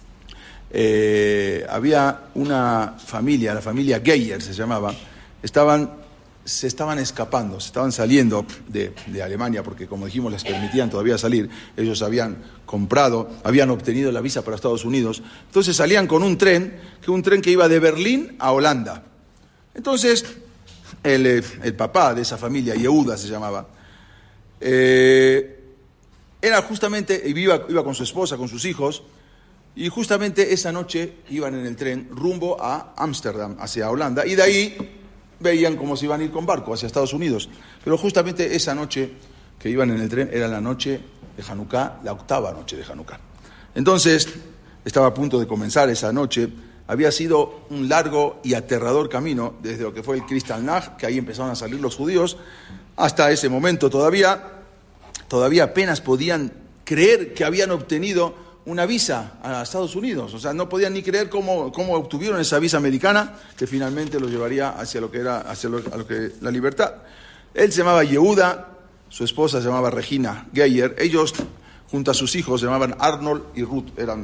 Había una familia, la familia Geyer se llamaba, se estaban escapando, se estaban saliendo de Alemania, porque como dijimos les permitían todavía salir. Ellos habían obtenido la visa para Estados Unidos, entonces salían con un tren que iba de Berlín a Holanda. Entonces el papá de esa familia, Yehuda se llamaba, era justamente, iba con su esposa, con sus hijos, y justamente esa noche iban en el tren rumbo a Ámsterdam, hacia Holanda, y de ahí veían como si iban a ir con barco hacia Estados Unidos. Pero justamente esa noche que iban en el tren era la noche de Hanukkah, la octava noche de Hanukkah. Entonces, estaba a punto de comenzar esa noche. Había sido un largo y aterrador camino desde lo que fue el Kristallnacht, que ahí empezaron a salir los judíos, hasta ese momento todavía apenas podían creer que habían obtenido una visa a Estados Unidos. O sea, no podían ni creer cómo obtuvieron esa visa americana que finalmente los llevaría hacia lo que era la libertad. Él se llamaba Yehuda, su esposa se llamaba Regina Geyer. Ellos, junto a sus hijos, se llamaban Arnold y Ruth.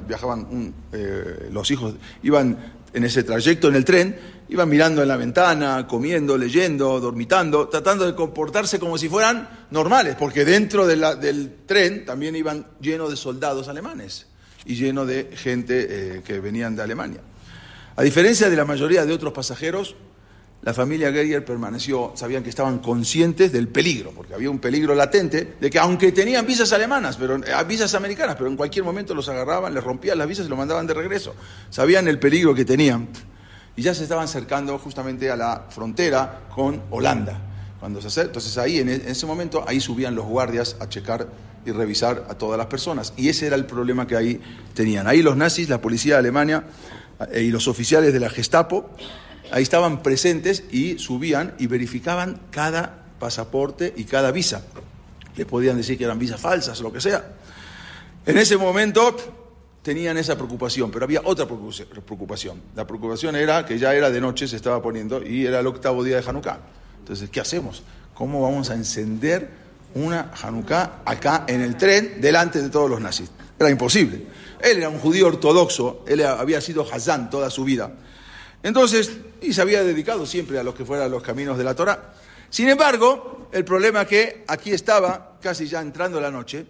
Los hijos iban en ese trayecto en el tren, iban mirando en la ventana, comiendo, leyendo, dormitando, tratando de comportarse como si fueran normales, porque dentro del tren también iban lleno de soldados alemanes y lleno de gente que venían de Alemania. A diferencia de la mayoría de otros pasajeros, la familia Geyer sabían que estaban conscientes del peligro, porque había un peligro latente de que aunque tenían visas americanas, pero en cualquier momento los agarraban, les rompían las visas y los mandaban de regreso. Sabían el peligro que tenían y ya se estaban acercando justamente a la frontera con Holanda. Cuando se acerca, entonces ahí, en ese momento, ahí subían los guardias a checar y revisar a todas las personas. Y ese era el problema que ahí tenían. Ahí los nazis, la policía de Alemania y los oficiales de la Gestapo, ahí estaban presentes y subían y verificaban cada pasaporte y cada visa. Le podían decir que eran visas falsas o lo que sea. En ese momento tenían esa preocupación, pero había otra preocupación. La preocupación era que ya era de noche, se estaba poniendo, y era el 8º día de Hanukkah. Entonces, ¿qué hacemos? ¿Cómo vamos a encender una Hanukkah acá en el tren delante de todos los nazis? Era imposible. Él era un judío ortodoxo, él había sido Hazán toda su vida. Entonces, y se había dedicado siempre a lo que fueran los caminos de la Torá. Sin embargo, el problema es que aquí estaba casi ya entrando la noche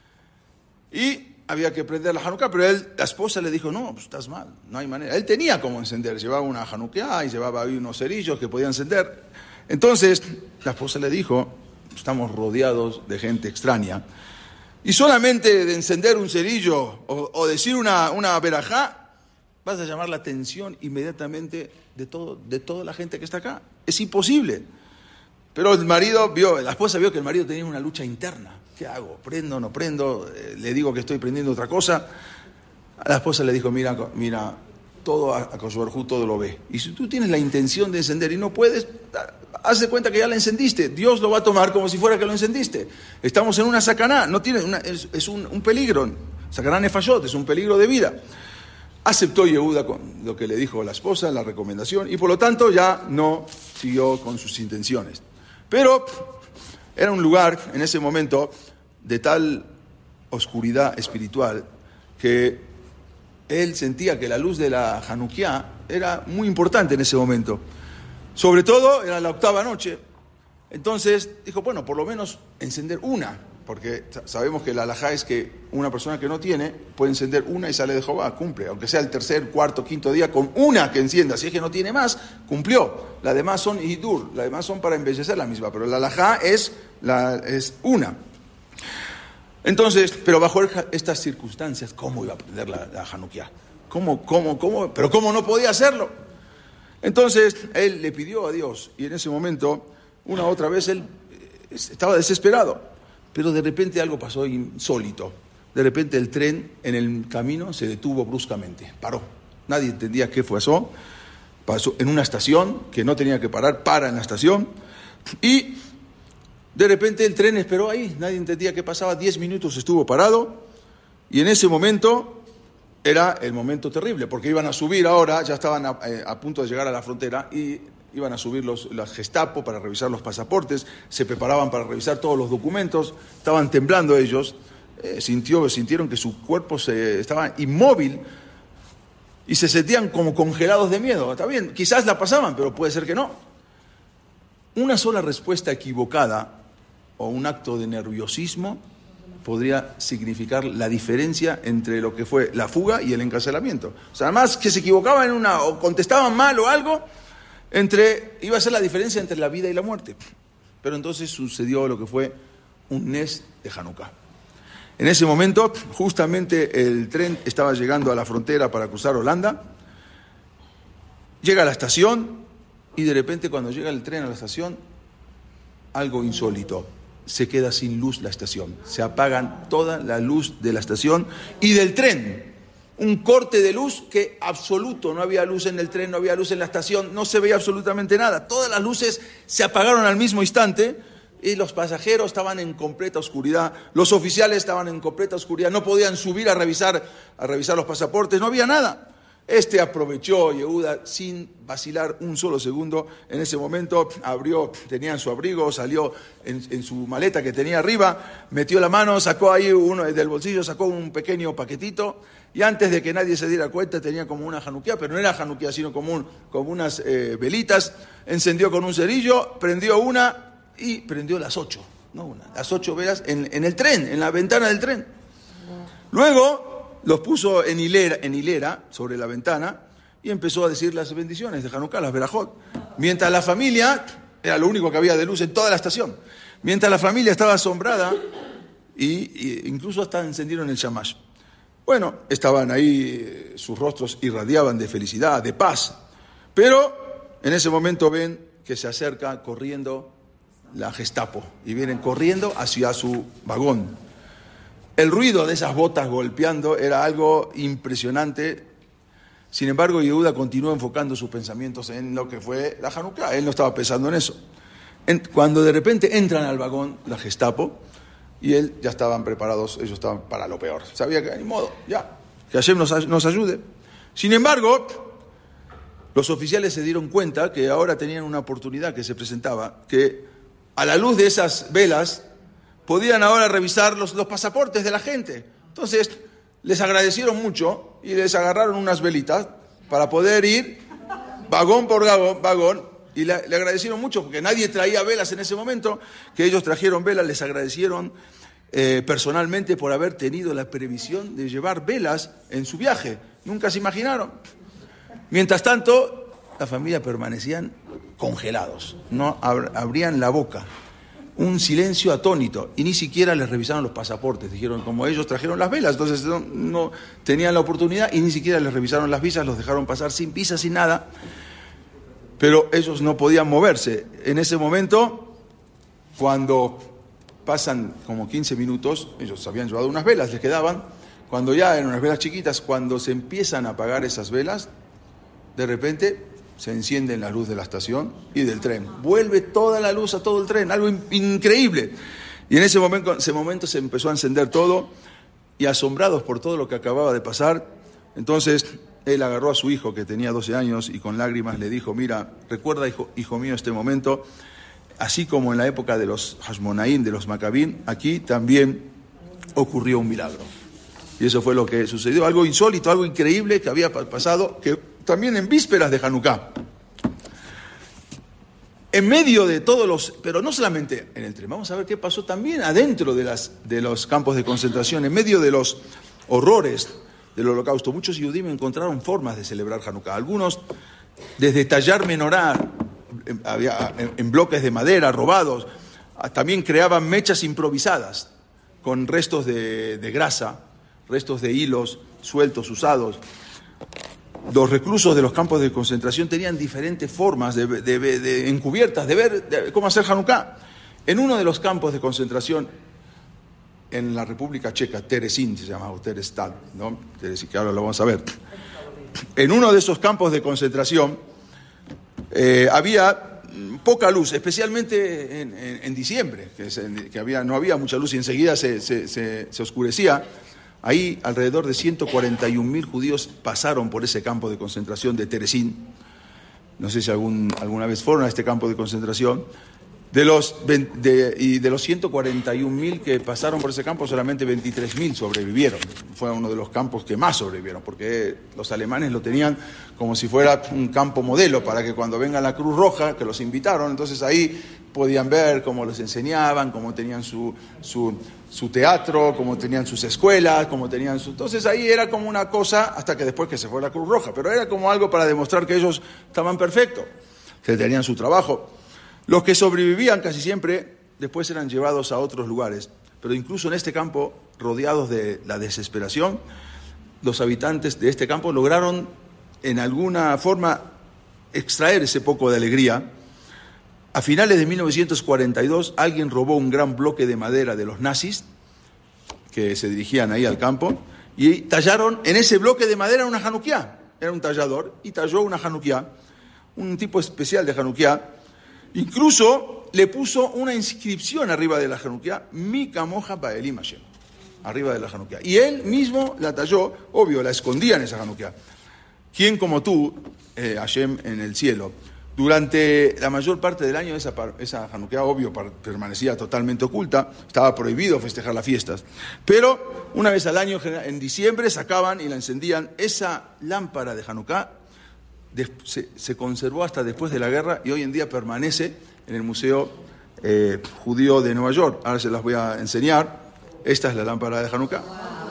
y había que prender la Hanukkah, pero la esposa le dijo, no, pues estás mal, no hay manera. Él tenía cómo encender, llevaba una Hanukkah y llevaba ahí unos cerillos que podían encender. Entonces, la esposa le dijo, estamos rodeados de gente extraña, y solamente de encender un cerillo o decir una verajá, vas a llamar la atención inmediatamente de toda la gente que está acá. Es imposible. Pero la esposa vio que el marido tenía una lucha interna. ¿Qué hago? ¿Prendo, no prendo? ¿Le digo que estoy prendiendo otra cosa? A la esposa le dijo, mira, todo a Kosh Baruj Hu todo lo ve. Y si tú tienes la intención de encender y no puedes, haz de cuenta que ya la encendiste. Dios lo va a tomar como si fuera que lo encendiste. Estamos en una sacaná, es un peligro. Sacaná nefayot, es un peligro de vida. Aceptó Yehuda con lo que le dijo la esposa, la recomendación, y por lo tanto ya no siguió con sus intenciones. Pero era un lugar en ese momento de tal oscuridad espiritual que él sentía que la luz de la Hanukkah era muy importante en ese momento. Sobre todo era la 8ª noche. Entonces dijo, bueno, por lo menos encender una, porque sabemos que la halajá es que una persona que no tiene puede encender una y sale de Jehová, cumple, aunque sea el 3er, 4º, 5º día, con una que encienda. Si es que no tiene más, cumplió. Las demás son hidur, las demás son para embellecer la misma, pero la halajá es una. Entonces, pero bajo estas circunstancias, ¿cómo iba a prender la Hanukkah? ¿Cómo? Pero ¿cómo no podía hacerlo? Entonces, él le pidió a Dios, y en ese momento, una otra vez, él estaba desesperado. Pero de repente algo pasó insólito. De repente el tren en el camino se detuvo bruscamente, paró. Nadie entendía qué pasó. Pasó en una estación que no tenía que parar, para en la estación. Y de repente el tren esperó ahí, nadie entendía qué pasaba. 10 minutos estuvo parado y en ese momento era el momento terrible, porque iban a subir ahora, ya estaban a punto de llegar a la frontera y iban a subir las Gestapo para revisar los pasaportes, se preparaban para revisar todos los documentos, estaban temblando ellos, sintieron que su cuerpo estaba inmóvil y se sentían como congelados de miedo. Está bien, quizás la pasaban, pero puede ser que no. Una sola respuesta equivocada o un acto de nerviosismo podría significar la diferencia entre lo que fue la fuga y el encarcelamiento. O sea, además que se equivocaban o contestaban mal o algo, iba a ser la diferencia entre la vida y la muerte. Pero entonces sucedió lo que fue un Nes de Hanukkah. En ese momento, justamente el tren estaba llegando a la frontera para cruzar Holanda, llega a la estación y de repente cuando llega el tren a la estación, algo insólito, se queda sin luz la estación, se apagan toda la luz de la estación y del tren. Un corte de luz que absoluto, no había luz en el tren, no había luz en la estación, no se veía absolutamente nada. Todas las luces se apagaron al mismo instante y los pasajeros estaban en completa oscuridad, los oficiales estaban en completa oscuridad, no podían subir a revisar los pasaportes, no había nada. Aprovechó Yehuda sin vacilar un solo segundo. En ese momento abrió, tenía en su abrigo, salió en su maleta que tenía arriba, metió la mano, sacó ahí del bolsillo, sacó un pequeño paquetito y antes de que nadie se diera cuenta tenía como una Hanukkah, pero no era Hanukkah sino como unas velitas, encendió con un cerillo, prendió una y prendió las 8, las 8 velas en el tren, en la ventana del tren. Luego los puso en hilera sobre la ventana y empezó a decir las bendiciones de Hanukkah, las verajot. Mientras la familia, era lo único que había de luz en toda la estación, mientras la familia estaba asombrada y incluso hasta encendieron el shamash. Bueno, estaban ahí, sus rostros irradiaban de felicidad, de paz, pero en ese momento ven que se acerca corriendo la Gestapo y vienen corriendo hacia su vagón. El ruido de esas botas golpeando era algo impresionante. Sin embargo, Yehuda continuó enfocando sus pensamientos en lo que fue la Hanukkah. Él no estaba pensando en eso. Cuando de repente entran al vagón la Gestapo, y él ya estaban preparados, ellos estaban para lo peor. Sabía que ni modo, ya, que Hashem nos ayude. Sin embargo, los oficiales se dieron cuenta que ahora tenían una oportunidad que se presentaba, que a la luz de esas velas podían ahora revisar los pasaportes de la gente. Entonces les agradecieron mucho y les agarraron unas velitas para poder ir vagón por vagón, y le agradecieron mucho porque nadie traía velas en ese momento, que ellos trajeron velas. Les agradecieron personalmente por haber tenido la previsión de llevar velas en su viaje. Nunca se imaginaron. Mientras tanto, la familia permanecían congelados, no abrían la boca. Un silencio atónito, y ni siquiera les revisaron los pasaportes. Dijeron, como ellos trajeron las velas, entonces no tenían la oportunidad, y ni siquiera les revisaron las visas, los dejaron pasar sin visa, sin nada. Pero ellos no podían moverse. En ese momento, cuando pasan como 15 minutos, ellos habían llevado unas velas, les quedaban, cuando ya eran unas velas chiquitas, cuando se empiezan a apagar esas velas, de repente se enciende la luz de la estación y del tren. Vuelve toda la luz a todo el tren, algo increíble. Y en ese momento se empezó a encender todo, y asombrados por todo lo que acababa de pasar, entonces él agarró a su hijo, que tenía 12 años, y con lágrimas le dijo, mira, recuerda, hijo mío, este momento, así como en la época de los Hashmonaim, de los Maccabim, aquí también ocurrió un milagro. Y eso fue lo que sucedió, algo insólito, algo increíble que había pasado, que también en vísperas de Hanukkah. En medio de todos los, pero no solamente en el tren, vamos a ver qué pasó también adentro de los campos de concentración, en medio de los horrores del Holocausto. Muchos judíos encontraron formas de celebrar Hanukkah. Algunos, desde tallar menorá en bloques de madera robados, también creaban mechas improvisadas con restos de grasa, restos de hilos sueltos, usados. Los reclusos de los campos de concentración tenían diferentes formas encubiertas de ver cómo hacer Hanukkah. En uno de los campos de concentración, en la República Checa, Terezín se llama, o Terezín, ¿no? Terezín, que ahora lo vamos a ver. En uno de esos campos de concentración había poca luz, especialmente en diciembre, que no había mucha luz y enseguida se oscurecía. Ahí alrededor de 141.000 judíos pasaron por ese campo de concentración de Terezín. No sé si alguna vez fueron a este campo de concentración. De los 141.000 que pasaron por ese campo, solamente 23.000 sobrevivieron. Fue uno de los campos que más sobrevivieron, porque los alemanes lo tenían como si fuera un campo modelo, para que cuando venga la Cruz Roja, que los invitaron, entonces ahí podían ver cómo les enseñaban, cómo tenían su teatro, cómo tenían sus escuelas, Entonces ahí era como una cosa, hasta que después que se fue la Cruz Roja, pero era como algo para demostrar que ellos estaban perfectos, que tenían su trabajo. Los que sobrevivían casi siempre después eran llevados a otros lugares, pero incluso en este campo, rodeados de la desesperación, los habitantes de este campo lograron en alguna forma extraer ese poco de alegría. A finales de 1942 alguien robó un gran bloque de madera de los nazis que se dirigían ahí al campo y tallaron en ese bloque de madera una Hanukkah. Era un tallador y talló una Hanukkah, un tipo especial de Hanukkah. Incluso le puso una inscripción arriba de la Hanukkah, Mi Kamoja Ba'elim Hashem, arriba de la Hanukkah. Y él mismo la talló, obvio, la escondía en esa Hanukkah. ¿Quién como tú, Hashem, en el cielo? Durante la mayor parte del año esa Hanukkah, obvio, permanecía totalmente oculta, estaba prohibido festejar las fiestas. Pero una vez al año, en diciembre, sacaban y la encendían. Esa lámpara de Hanukkah se conservó hasta después de la guerra y hoy en día permanece en el Museo Judío de Nueva York. Ahora se las voy a enseñar. Esta es la lámpara de Hanukkah.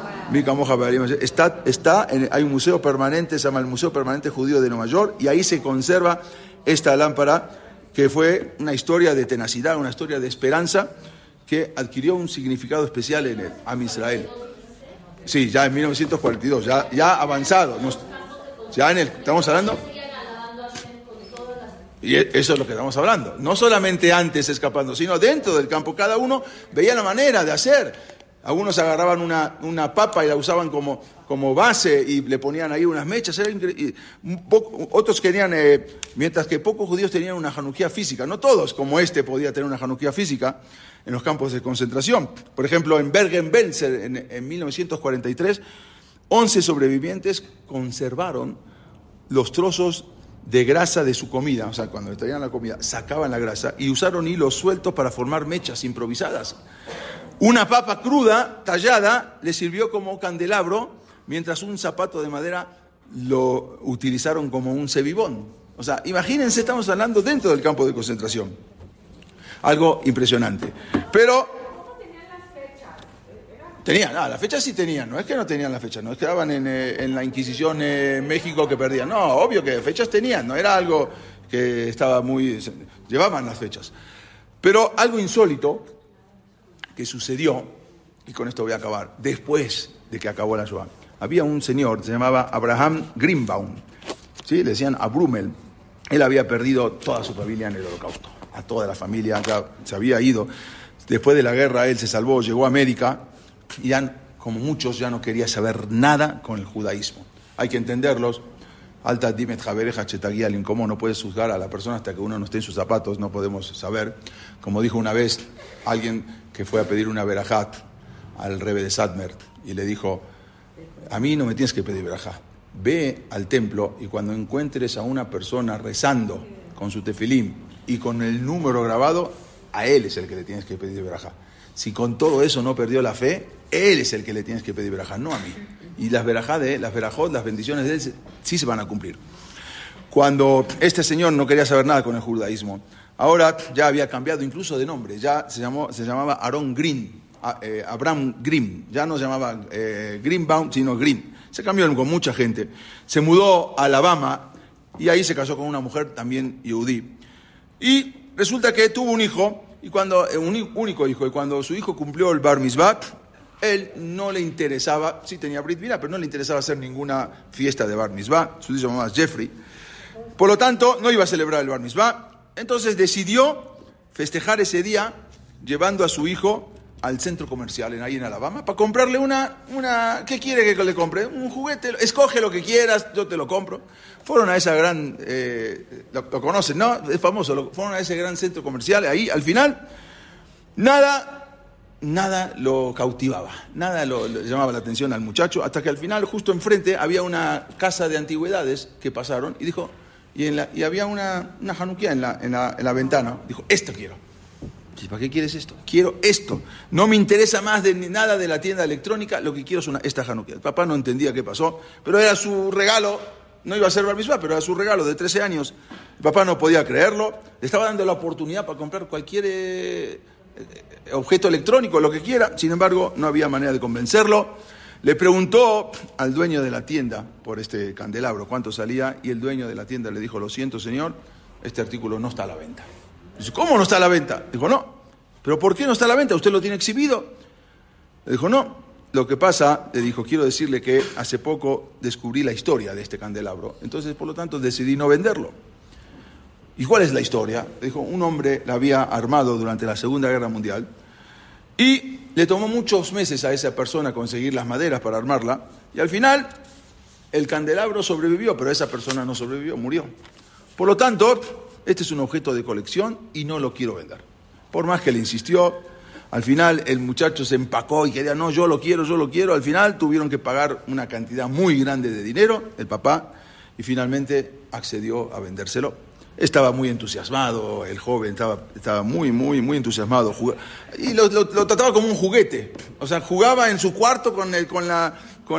Hay un museo permanente, se llama el Museo Permanente Judío de Nueva York, y ahí se conserva esta lámpara, que fue una historia de tenacidad, una historia de esperanza, que adquirió un significado especial en el Am Israel. Sí, ya en 1942, ya avanzado. Estamos hablando. Y eso es lo que estamos hablando. No solamente antes escapando, sino dentro del campo. Cada uno veía la manera de hacer. Algunos agarraban una papa y la usaban como base y le ponían ahí unas mechas. Otros querían, mientras que pocos judíos tenían una Januquía física. No todos, como podía tener una Januquía física en los campos de concentración. Por ejemplo, en Bergen-Belsen, en 1943, 11 sobrevivientes conservaron los trozos de grasa de su comida. O sea, cuando traían la comida, sacaban la grasa y usaron hilos sueltos para formar mechas improvisadas. Una papa cruda, tallada, le sirvió como candelabro, mientras un zapato de madera lo utilizaron como un cebibón. O sea, imagínense, estamos hablando dentro del campo de concentración. Algo impresionante. Pero tenían, las fechas sí tenían, no es que no tenían las fechas, no es que estaban en la Inquisición en México que perdían, no, obvio que fechas tenían, no era algo que estaba llevaban las fechas. Pero algo insólito que sucedió, y con esto voy a acabar, después de que acabó la Shoah, había un señor, se llamaba Abraham Greenbaum, ¿sí? Le decían Abrumel, él había perdido toda su familia en el Holocausto, a toda la familia, se había ido, después de la guerra él se salvó, llegó a América, y ya, como muchos, ya no quería saber nada con el judaísmo. Hay que entenderlos. Alta dimet jabereja chetagialin, como no puedes juzgar a la persona hasta que uno no esté en sus zapatos, no podemos saber. Como dijo una vez alguien que fue a pedir una verajat al Rebbe de Satmar y le dijo, a mí no me tienes que pedir verajá, ve al templo y cuando encuentres a una persona rezando con su tefilim y con el número grabado, a él es el que le tienes que pedir verajá. Si con todo eso no perdió la fe, él es el que le tienes que pedir verajá, no a mí. Y las verajot, las bendiciones de él sí se van a cumplir. Cuando este señor no quería saber nada con el judaísmo, ahora ya había cambiado incluso de nombre, ya se llamaba Aaron Green, Abraham Green, ya no se llamaba Greenbaum, sino Green. Se cambió con mucha gente. Se mudó a Alabama y ahí se casó con una mujer también yehudí. Y resulta que tuvo un hijo, un único hijo, y cuando su hijo cumplió el Bar Mitzvah, él no le interesaba, sí tenía Brit Milá, pero no le interesaba hacer ninguna fiesta de Bar Mitzvah, su hijo se llamaba Jeffrey, por lo tanto no iba a celebrar el Bar Mitzvah, entonces decidió festejar ese día llevando a su hijo al centro comercial ahí en Alabama para comprarle ¿qué quiere que le compre? Un juguete, escoge lo que quieras, yo te lo compro. Fueron a esa gran, lo conocen, ¿no? Es famoso, fueron a ese gran centro comercial, ahí al final, nada lo cautivaba, nada le llamaba la atención al muchacho, hasta que al final, justo enfrente, había una casa de antigüedades que pasaron y dijo, y había una Januquía en la ventana, dijo, esto quiero. ¿Para qué quieres esto? Quiero esto. No me interesa más de nada de la tienda electrónica, lo que quiero es esta Januquía. El papá no entendía qué pasó, pero era su regalo, no iba a ser Bar Mitzvah, pero era su regalo de 13 años. El papá no podía creerlo, le estaba dando la oportunidad para comprar cualquier objeto electrónico, lo que quiera, sin embargo, no había manera de convencerlo. Le preguntó al dueño de la tienda por este candelabro cuánto salía, y el dueño de la tienda le dijo, lo siento señor, este artículo no está a la venta. Dice, ¿cómo no está a la venta? Dijo, no. ¿Pero por qué no está a la venta? ¿Usted lo tiene exhibido? Le dijo, no. Lo que pasa, le dijo, quiero decirle que hace poco descubrí la historia de este candelabro, entonces por lo tanto decidí no venderlo. ¿Y cuál es la historia? Le dijo, un hombre la había armado durante la Segunda Guerra Mundial y le tomó muchos meses a esa persona conseguir las maderas para armarla y al final el candelabro sobrevivió, pero esa persona no sobrevivió, murió. Por lo tanto, este es un objeto de colección y no lo quiero vender. Por más que le insistió, al final el muchacho se empacó y quería, no, yo lo quiero. Al final tuvieron que pagar una cantidad muy grande de dinero, el papá, y finalmente accedió a vendérselo. Estaba muy entusiasmado, el joven estaba muy entusiasmado. Y lo trataba como un juguete. O sea, jugaba en su cuarto con la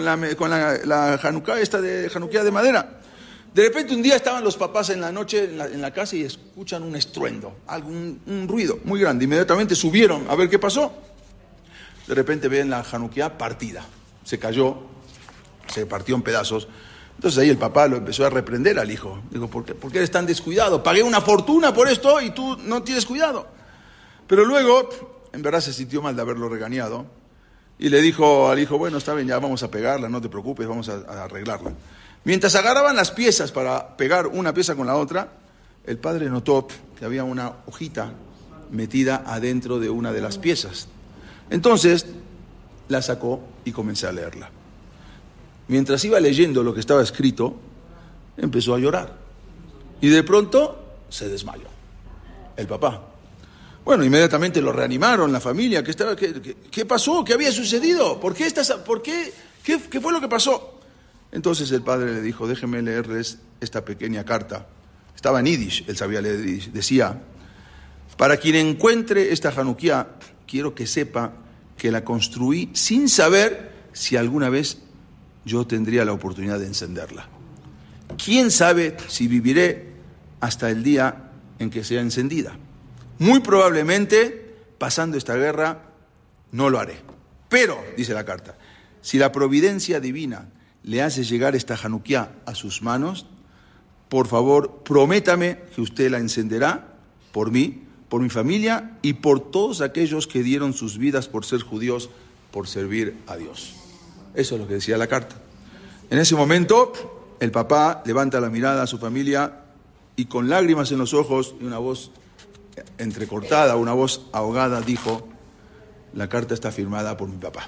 Januquía Januquía de madera. De repente un día estaban los papás en la noche en la casa y escuchan un estruendo, un ruido muy grande. Inmediatamente subieron a ver qué pasó. De repente ven la Januquía partida. Se cayó, se partió en pedazos. Entonces ahí el papá lo empezó a reprender al hijo. Dijo, ¿por qué eres tan descuidado? Pagué una fortuna por esto y tú no tienes cuidado. Pero luego, en verdad se sintió mal de haberlo regañado. Y le dijo al hijo, bueno, está bien, ya vamos a pegarla, no te preocupes, vamos a arreglarla. Mientras agarraban las piezas para pegar una pieza con la otra, el padre notó que había una hojita metida adentro de una de las piezas. Entonces la sacó y comencé a leerla. Mientras iba leyendo lo que estaba escrito, empezó a llorar. Y de pronto se desmayó el papá. Bueno, inmediatamente lo reanimaron, la familia. ¿Qué pasó? ¿Qué había sucedido? ¿Qué fue lo que pasó? Entonces el padre le dijo, déjenme leerles esta pequeña carta. Estaba en Yiddish, él sabía leer Yiddish. Decía, para quien encuentre esta Hanukkah, quiero que sepa que la construí sin saber si alguna vez yo tendría la oportunidad de encenderla. ¿Quién sabe si viviré hasta el día en que sea encendida? Muy probablemente, pasando esta guerra, no lo haré. Pero, dice la carta, si la providencia divina le hace llegar esta Hanukkah a sus manos, por favor, prométame que usted la encenderá por mí, por mi familia y por todos aquellos que dieron sus vidas por ser judíos, por servir a Dios. Eso es lo que decía la carta. En ese momento, el papá levanta la mirada a su familia y con lágrimas en los ojos y una voz entrecortada, una voz ahogada, dijo, la carta está firmada por mi papá.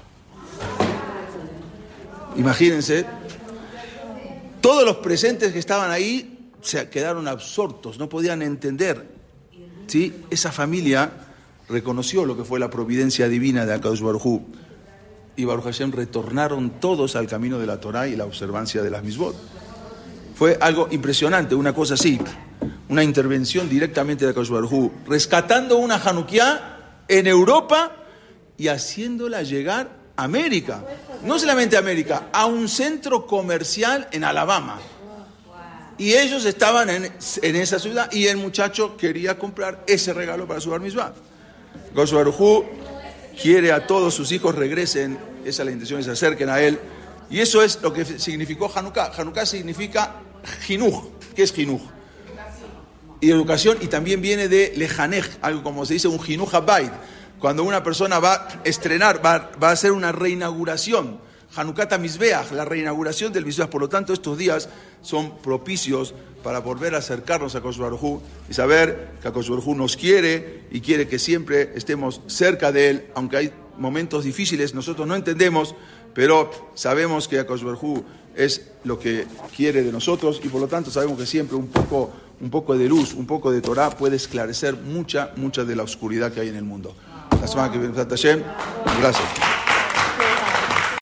Imagínense, todos los presentes que estaban ahí se quedaron absortos, no podían entender. ¿Sí? Esa familia reconoció lo que fue la providencia divina de Akadosh Baruj Hu. Y Baruch Hashem retornaron todos al camino de la Torah y la observancia de las Misbot. Fue algo impresionante, una cosa así, una intervención directamente de Akadosh Baruj Hu, rescatando una Hanukkah en Europa y haciéndola llegar a América. No solamente a América, a un centro comercial en Alabama. Y ellos estaban en esa ciudad y el muchacho quería comprar ese regalo para su bar mitzvah. Akadosh Baruj Hu quiere a todos sus hijos regresen, esa es la intención, que se acerquen a él. Y eso es lo que significó Hanukkah. Hanukkah significa jinuj. ¿Qué es jinuj? Y educación, y también viene de lejanej, algo como se dice un jinuj habayit. Cuando una persona va a estrenar, va a hacer una reinauguración. Hanukkah Mizbeach, la reinauguración del Mizbeach. Por lo tanto, estos días son propicios para volver a acercarnos a Akadosh Baruj Hu y saber que Akadosh Baruj Hu nos quiere y quiere que siempre estemos cerca de Él, aunque hay momentos difíciles, nosotros no entendemos, pero sabemos que Akadosh Baruj Hu es lo que quiere de nosotros y por lo tanto sabemos que siempre un poco de luz, un poco de Torah puede esclarecer mucha de la oscuridad que hay en el mundo. La semana que viene, gracias.